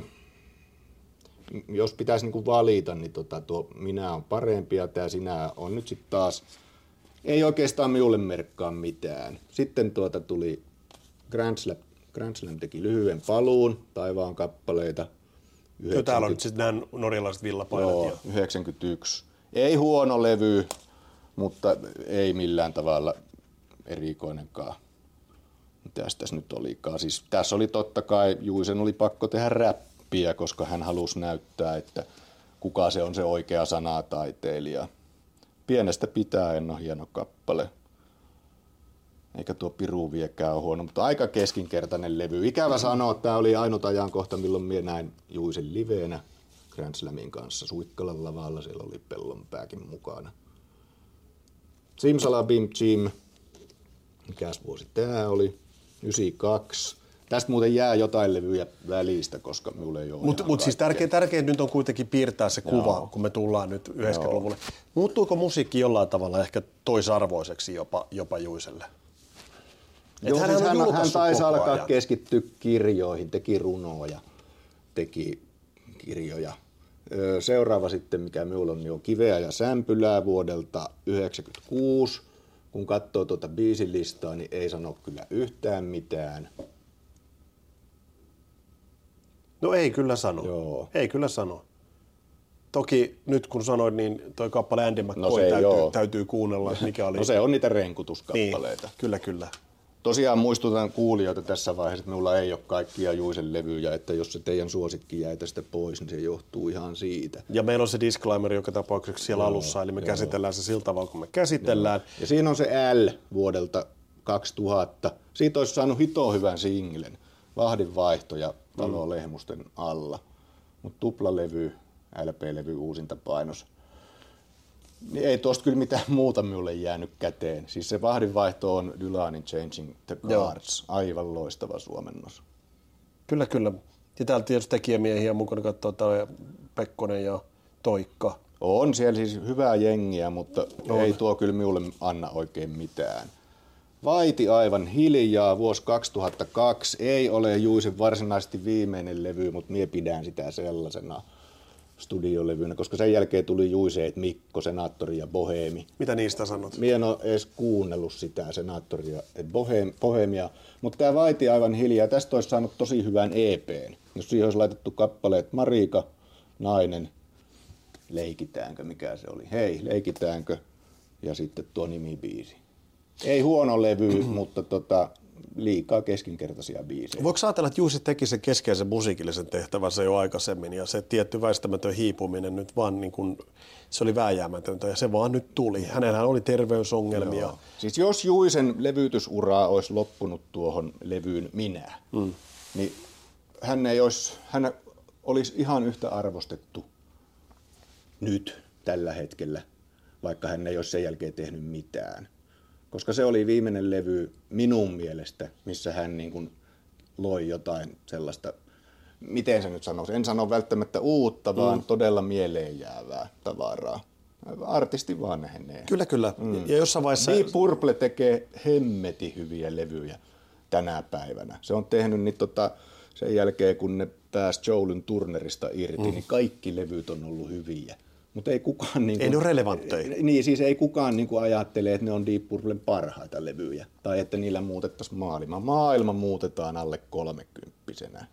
jos pitäisi niinku valita, niin tota, tuo Minä on parempi ja tämä Sinä on nyt sitten taas, ei oikeastaan minulle merkkaa mitään. Sitten tuota tuli Grand Slam, Grand Slam teki lyhyen paluun, Taivaan kappaleita. Joo, täällä on nyt sitten nämä norjalaiset villapaidat. Joo, yhdeksänkymmentäyksi. Ei huono levy, mutta ei millään tavalla erikoinenkaan. Mitäs tässä nyt olikaan? Siis tässä oli totta kai, Juisen oli pakko tehdä räppiä, koska hän halusi näyttää, että kuka se on se oikea sanataiteilija. Pienestä pitäen on hieno kappale. Eikä tuo Piru viekään ole huono, mutta aika keskinkertainen levy. Ikävä sanoa, että tämä oli ainut ajankohta, milloin minä näin Juisen liveenä Grand Slamin kanssa. Suikkalan lavalla, siellä oli Pellonpääkin mukana. Simsalabim Jim. Mikäs vuosi tämä oli? yhdeksänkymmentäkaksi. Tästä muuten jää jotain levyjä välistä, koska minulla ei ole. Mutta mut siis tärkeä, tärkein nyt on kuitenkin piirtää se kuva, Joo. kun me tullaan nyt yhdeksänkymmentäluvulle. Muuttuuko musiikki jollain tavalla ehkä toisarvoiseksi jopa, jopa Juiselle? Joo, hän, siis hän, hän taisi alkaa ajan. keskittyä kirjoihin, teki runoja, teki kirjoja. Seuraava sitten, mikä minulla on, niin on Kiveä ja sämpylää vuodelta yhdeksänkymmentäkuusi. Kun katsoo tuota biisilistaa, niin ei sano kyllä yhtään mitään. No ei kyllä sano. Joo. Ei kyllä sano. Toki nyt kun sanoit, niin toi kappale Andy McCoy no täytyy, täytyy kuunnella, että mikä oli. No se on niitä renkutuskappaleita. Niin, kyllä, kyllä. Tosiaan muistutan kuulijoita tässä vaiheessa, että minulla ei ole kaikkia Juisen levyjä, että jos se teidän suosikki jäi tästä pois, niin se johtuu ihan siitä. Ja meillä on se disclaimer joka tapauksessa siellä joo, alussa, eli me joo. käsitellään se sillä tavalla, kun me käsitellään. Joo. Ja siinä on se L vuodelta kaksituhatta. Siitä olisi saanut hitoa hyvän singlen. Vahdin vaihtoja Talo Lehmusten alla. Mutta tuplalevy, L P-levy, uusinta painos. Niin ei tuosta kyllä mitään muuta minulle jäänyt käteen. Siis se vahdinvaihto on Dylanin Changing the Guards. Joo. Aivan loistava suomennos. Kyllä, kyllä. Ja täällä tietysti tekijämiehiä mukana katsoo täällä Pekkonen ja Toikka. On siellä siis hyvää jengiä, mutta on. Ei tuo kyllä minulle anna oikein mitään. Vaiti aivan hiljaa, vuosi kaksituhattakaksi. Ei ole Juisen varsinaisesti viimeinen levy, mutta mie pidän sitä sellaisena studiolevynä, koska sen jälkeen tuli Juiseet, Mikko, Senaattori ja Boheemi. Mitä niistä sanot? Mie en ole edes kuunnellut sitä Senaattoria, Boheemia, mutta tämä Vaiti aivan hiljaa. Tästä olisi saanut tosi hyvän E P:n, jos siihen olisi laitettu kappaleet Marika, Nainen, Leikitäänkö, mikä se oli? Hei, leikitäänkö? Ja sitten tuo nimibiisi. Ei huono levy, mutta tota, liikaa keskinkertaisia biisejä. Voiko ajatella, että Juusi teki sen keskeisen musiikillisen tehtävänsä jo aikaisemmin ja se tietty väistämätön hiipuminen nyt vaan niin kuin, se oli vääjäämätöntä ja se vaan nyt tuli. Hänellähän oli terveysongelmia. Joo. Siis jos Juisen levytysuraa olisi loppunut tuohon levyyn Minä, mm. niin hän ei olisi, hän olisi ihan yhtä arvostettu nyt tällä hetkellä, vaikka hän ei olisi sen jälkeen tehnyt mitään. Koska se oli viimeinen levy minun mielestä, missä hän niin kuin loi jotain sellaista, miten se nyt sanoisi, en sano välttämättä uutta, vaan mm. todella mieleen jäävää tavaraa. Artisti vaan nähenee. Kyllä, kyllä. Mm. Ja jossain vaiheessa... Deep Purple tekee hemmeti hyviä levyjä tänä päivänä. Se on tehnyt niin tota, sen jälkeen, kun ne pääsi Joelin Turnerista irti, mm. niin kaikki levyt on ollut hyviä. Mutta ei kukaan... Niin kuin, ei ne ole relevantteja. Niin, siis ei kukaan niin kuin ajattele, että ne on Deep Purplen parhaita levyjä. Tai että niillä muutettaisiin maailma. Maailma muutetaan alle kolmekymppisenä.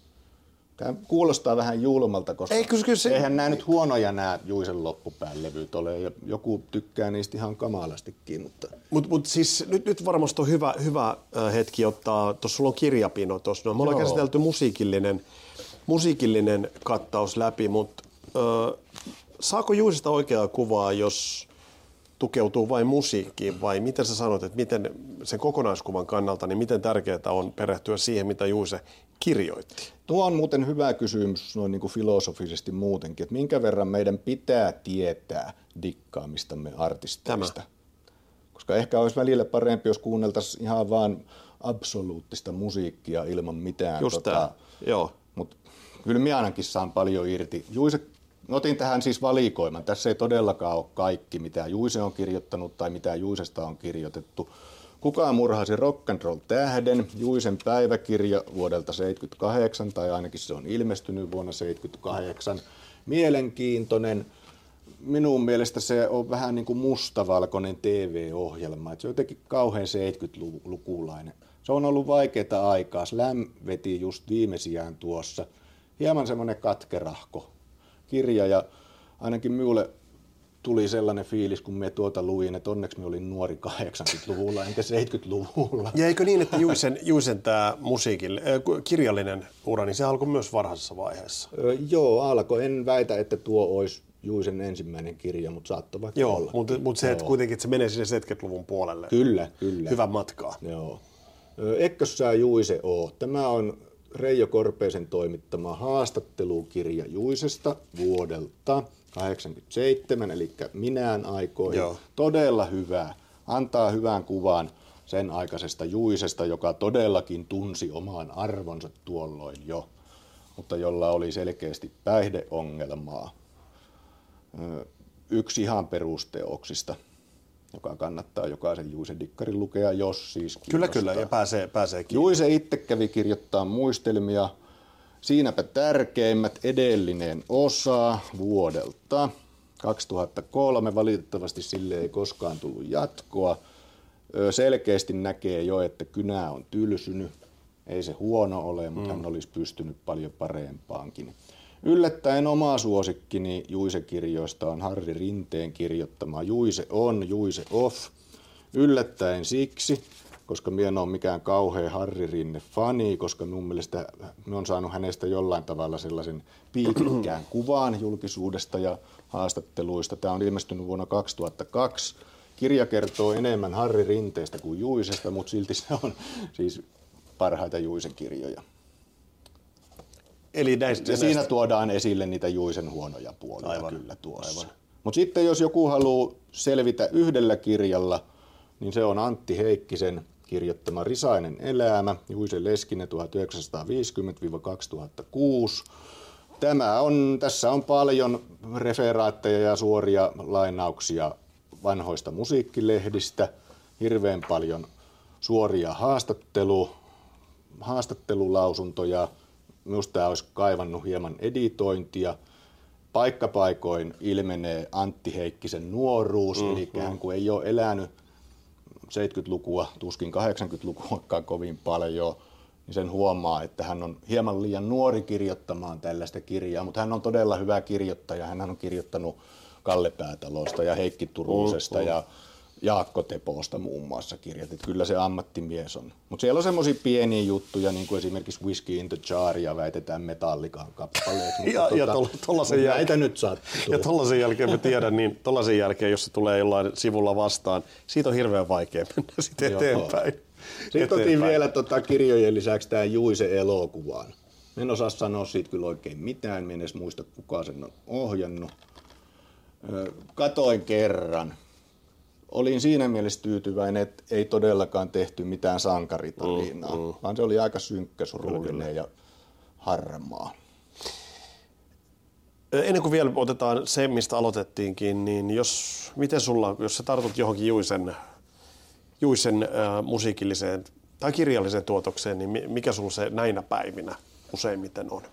Tämä kuulostaa vähän julmalta, koska ei, kyllä, kyllä se... eihän nämä nyt huonoja nämä Juisen loppupään levyt ole. Ja joku tykkää niistä ihan kamalastikin. Mutta mut, mut siis nyt, nyt varmasti on hyvä, hyvä hetki ottaa, tuossa sulla on kirjapino tuossa. No, me ollaan käsitelty musiikillinen, musiikillinen kattaus läpi, mutta äh, saako Juisesta oikeaa kuvaa, jos tukeutuu vain musiikkiin, vai miten sä sanot, että miten sen kokonaiskuvan kannalta, niin miten tärkeää on perehtyä siihen, mitä Juise kirjoitti? Tuo on muuten hyvä kysymys noin niin kuin filosofisesti muutenkin, että minkä verran meidän pitää tietää dikkaamistamme artisteista. Tämä. Koska ehkä olisi välillä parempi, jos kuunneltaisiin ihan vaan absoluuttista musiikkia ilman mitään. Just tota, tämä, joo. Mutta kyllä minä ainakin saan paljon irti. Juise, otin tähän siis valikoiman. Tässä ei todellakaan ole kaikki, mitä Juise on kirjoittanut tai mitä Juisesta on kirjoitettu. Kuka murhasi rock and roll tähden? Juisen päiväkirja vuodelta seitsemänkymmentäkahdeksan, tai ainakin se on ilmestynyt vuonna seitsemänkymmentäkahdeksan. Mielenkiintoinen. Minun mielestä se on vähän niin kuin mustavalkoinen T V-ohjelma. Se on jotenkin kauhean seitsemänkymmentälukulainen. Se on ollut vaikeaa aikaa. Slam veti just viimeisiään tuossa. Hieman semmoinen katkerahko kirja, ja ainakin minulle tuli sellainen fiilis, kun me tuota luin, että onneksi me olin nuori kahdeksankymmentäluvulla enkä seitsemänkymmentäluvulla. Ja eikö niin, että Juisen, Juisen tämä musiikille, äh, kirjallinen ura, niin se alkoi myös varhaisessa vaiheessa? Öö, joo, alkoi. En väitä, että tuo olisi Juisen ensimmäinen kirja, mutta saattoi vaikka joo, olla. Mutta mut se, että kuitenkin että se menee sinne seitsemänkymmentäluvun puolelle. Kyllä, kyllä. Hyvän matkaa. Joo. Ekkössää Juise O. Tämä on Reijo Korpeisen toimittama haastattelukirja Juisesta vuodelta kahdeksankymmentäseitsemän, eli minään aikoihin. Joo. Todella hyvä. Antaa hyvän kuvan sen aikaisesta Juisesta, joka todellakin tunsi oman arvonsa tuolloin jo, mutta jolla oli selkeästi päihdeongelmaa. Yksi ihan perusteoksista, joka kannattaa jokaisen Juise Dikkarin lukea, jos siis kiinnostaa. Kyllä, kyllä, ja pääsee, pääsee Juise itse kävi kirjoittaa muistelmia. Siinäpä tärkeimmät: edellinen osa vuodelta kaksituhattakolme. Valitettavasti sille ei koskaan tullut jatkoa. Selkeästi näkee jo, että kynä on tylsynyt. Ei se huono ole, mutta mm. hän olisi pystynyt paljon parempaankin. Yllättäen oma suosikkini Juise-kirjoista on Harri Rinteen kirjoittama Juise on, Juise off. Yllättäen siksi, koska minä en ole mikään kauhea Harri Rinne-fani, koska minun mielestä minä olen saanut hänestä jollain tavalla sellaisen piikikkään kuvan julkisuudesta ja haastatteluista. Tämä on ilmestynyt vuonna kaksituhattakaksi. Kirja kertoo enemmän Harri Rinteestä kuin Juisesta, mutta silti se on siis parhaita Juise-kirjoja. Eli näistä, ja siinä näistä tuodaan esille niitä Juisen huonoja puolia aivan, kyllä tuossa. Mutta sitten jos joku haluaa selvitä yhdellä kirjalla, niin se on Antti Heikkisen kirjoittama Risainen elämä, Juise Leskinen tuhatyhdeksänsataaviisikymmentä kaksituhattakuusi. Tämä on, tässä on paljon referaatteja ja suoria lainauksia vanhoista musiikkilehdistä, hirveän paljon suoria haastattelu, haastattelulausuntoja. Minusta tämä olisi kaivannut hieman editointia. Paikkapaikoin ilmenee Antti Heikkisen nuoruus, mm, eli hän kun ei ole elänyt seitsemänkymmentälukua, tuskin kahdeksankymmentälukuakaan kovin paljon, niin sen huomaa, että hän on hieman liian nuori kirjoittamaan tällaista kirjaa, mutta hän on todella hyvä kirjoittaja. Hän on kirjoittanut Kalle Päätalosta ja Heikki Turusesta mm, mm. ja Jaakko Teposta muun muassa kirjat, että kyllä se ammattimies on. Mutta siellä on semmoisia pieniä juttuja, niin kuin esimerkiksi Whiskey in the Jar ja väitetään Metallican kappaleeksi. ja tuota, ja tollasen jälkeen, nyt sattuu. Ja tollasen jälkeen mä tiedän, niin tollasen jälkeen, jos se tulee jollain sivulla vastaan, siitä on hirveän vaikea mennä sitten eteenpäin. Sitten otin vielä tota kirjojen lisäksi tämän Juise-elokuvan. En osaa sanoa siitä kyllä oikein mitään, en edes muista kuka sen on ohjannut. Katoin kerran. Olin siinä mielessä tyytyväinen, että ei todellakaan tehty mitään sankaritarinaa, mm, mm. vaan se oli aika synkkä, surullinen ja harmaa. Ennen kuin vielä otetaan se, mistä aloitettiinkin, niin jos, miten sulla, jos sä tartut johonkin Juisen, Juisen äh, musiikilliseen tai kirjalliseen tuotokseen, niin mikä sulla se näinä päivinä useimmiten on?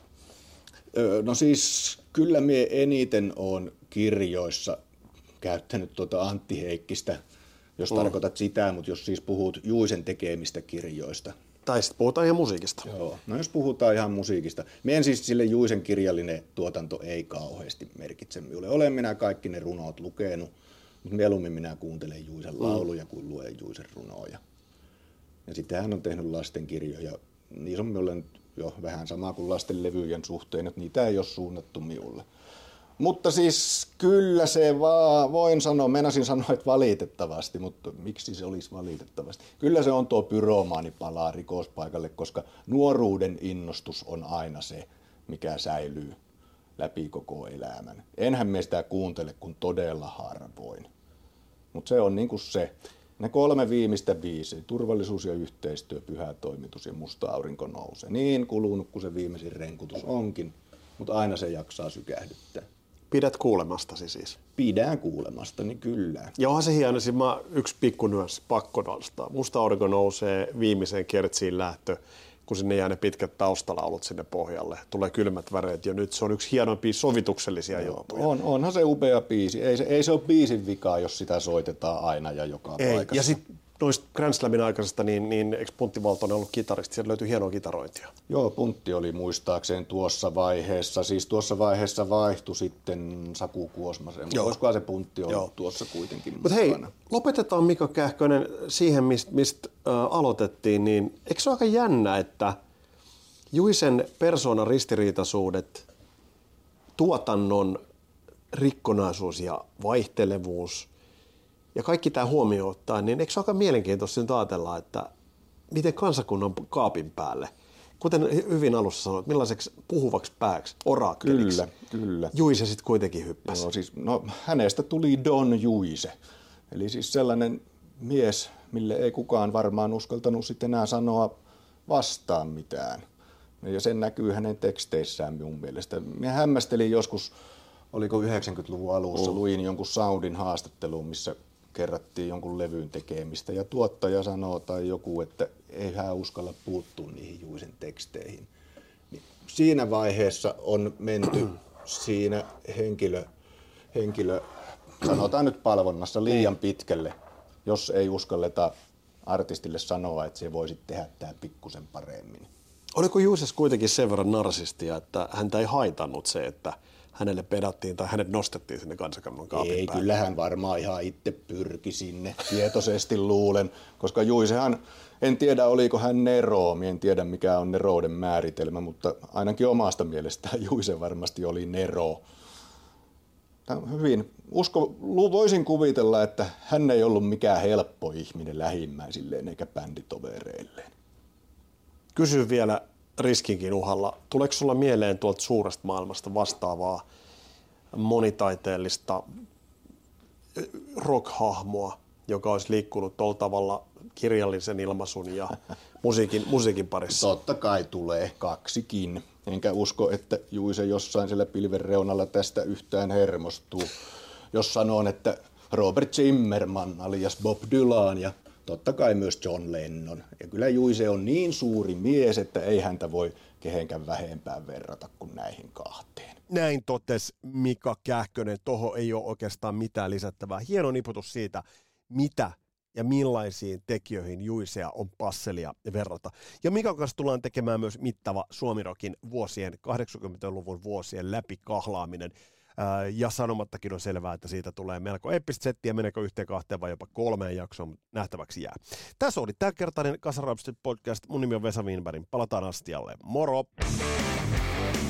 Öö, no siis kyllä mie eniten on kirjoissa käyttänyt tuota Antti Heikkistä, jos mm. tarkoitat sitä, mutta jos siis puhut Juisen tekemistä kirjoista. Tai sitten puhutaan ihan musiikista. Joo, no jos puhutaan ihan musiikista. Meidän siis sille Juisen kirjallinen tuotanto ei kauheasti merkitse minulle. Olen minä kaikki ne runot lukenut, mutta mieluummin minä kuuntelen Juisen lauluja kuin luen Juisen runoja. Ja sitten hän on tehnyt lastenkirjoja. Niissä on minulle nyt jo vähän sama kuin lasten levyjen suhteen, että niitä ei ole suunnattu minulle. Mutta siis kyllä se vaan, voin sanoa, meinasin sanoa, että valitettavasti, mutta miksi se olisi valitettavasti? Kyllä se on tuo pyromaani palaa rikospaikalle, koska nuoruuden innostus on aina se, mikä säilyy läpi koko elämän. Enhän me sitä kuuntele kuin todella harvoin. Mutta se on niinku se. Ne kolme viimeistä biisiä, turvallisuus ja yhteistyö, pyhä toimitus ja musta aurinko nousee. Niin kulunut kuin se viimeisin renkutus onkin, mutta aina se jaksaa sykähdyttää. Pidät kuulemastasi siis? Pidän kuulemastani, kyllä. Ja onhan se hieno, siis mä yksi pikku nyös pakko nostaa. Musta aurinko nousee viimeiseen kertsiin lähtö, kun sinne jää ne pitkät taustalaulut sinne pohjalle. Tulee kylmät väreet jo nyt. Se on yksi hienoimpia sovituksellisia no, juttuja. On, onhan se upea biisi. Ei se, ei se ole biisin vikaa, jos sitä soitetaan aina ja joka ei. paikassa. Ja sitten noista Grand Slamin aikaisesta, niin, niin eikö Puntti Valtonen ollut kitaristi? Sieltä löytyy hienoa kitarointia. Joo, Puntti oli muistaakseen tuossa vaiheessa. Siis tuossa vaiheessa vaihtui sitten Saku Kuosmasen. Mutta olisikohan se Puntti ollut Joo. tuossa kuitenkin Mut mukana. Hei, lopetetaan Mika Kähkönen siihen, mistä mist, äh, aloitettiin. Niin, eikö se ole aika jännä, että Juisen persoonan ristiriitaisuudet, tuotannon rikkonaisuus ja vaihtelevuus ja kaikki tämä huomioon ottaa, niin eikö se ole aika mielenkiintoista nyt ajatella, että miten kansakunnan kaapin päälle, kuten hyvin alussa sanoit, millaiseksi puhuvaksi pääksi, oraakkeliksi. Kyllä, kyllä. Juise sitten kuitenkin hyppäsi. Joo, siis, no, hänestä tuli Don Juise, eli siis sellainen mies, mille ei kukaan varmaan uskaltanut sitten enää sanoa vastaan mitään. Ja sen näkyy hänen teksteissään minun mielestä. Minä hämmästelin joskus, oliko yhdeksänkymmentäluvun alussa, oh. luin jonkun Soundin haastatteluun, missä kerrattiin jonkun levyn tekemistä. Ja tuottaja sanoo tai joku, että ei hän uskalla puuttua niihin Juisen teksteihin. Niin siinä vaiheessa on menty siinä henkilö, henkilö, sanotaan nyt palvonnassa, liian pitkälle, jos ei uskalleta artistille sanoa, että se voisi tehdä tämä pikkusen paremmin. Oliko Juises kuitenkin sen verran narsistia, että häntä ei haitannut se, että hänelle pedattiin tai hänet nostettiin sinne kansakunnan kaapin Ei, päälle? kyllähän varmaan ihan itse pyrki sinne, tietoisesti luulen, koska Juisehan, en tiedä oliko hän Nero, en tiedä mikä on nerouden määritelmä, mutta ainakin omasta mielestään Juise varmasti oli Nero. Hyvin, usko, voisin kuvitella, että hän ei ollut mikään helppo ihminen lähimmäisilleen eikä bänditovereilleen. Kysyn vielä riskinkin uhalla. Tuleeko sulla mieleen tuolta suuresta maailmasta vastaavaa monitaiteellista rock-hahmoa, joka olisi liikkunut tuolla tavalla kirjallisen ilmaisun ja musiikin, musiikin parissa? Totta kai tulee kaksikin. Enkä usko, että Juise jossain siellä pilven reunalla tästä yhtään hermostuu. Jos sanon, että Robert Zimmerman alias Bob Dylan ja totta kai myös John Lennon. Ja kyllä Juise on niin suuri mies, että ei häntä voi kehenkään vähempään verrata kuin näihin kahteen. Näin totesi Mika Kähkönen. Toho ei ole oikeastaan mitään lisättävää. Hieno niputus siitä, mitä ja millaisiin tekijöihin Juisea on passelia verrata. Ja Mikan kanssa tullaan tekemään myös mittava Suomirokin vuosien, kahdeksankymmentäluvun vuosien läpi kahlaaminen. Ää, ja sanomattakin on selvää, että siitä tulee melko eeppistä settiä, meneekö yhteen, kahteen vai jopa kolmeen jaksoon, mutta nähtäväksi jää. Tässä oli tämänkertainen Kasarapset podcast. Mun nimi on Vesa Wienberg. Palataan astialle. Moro!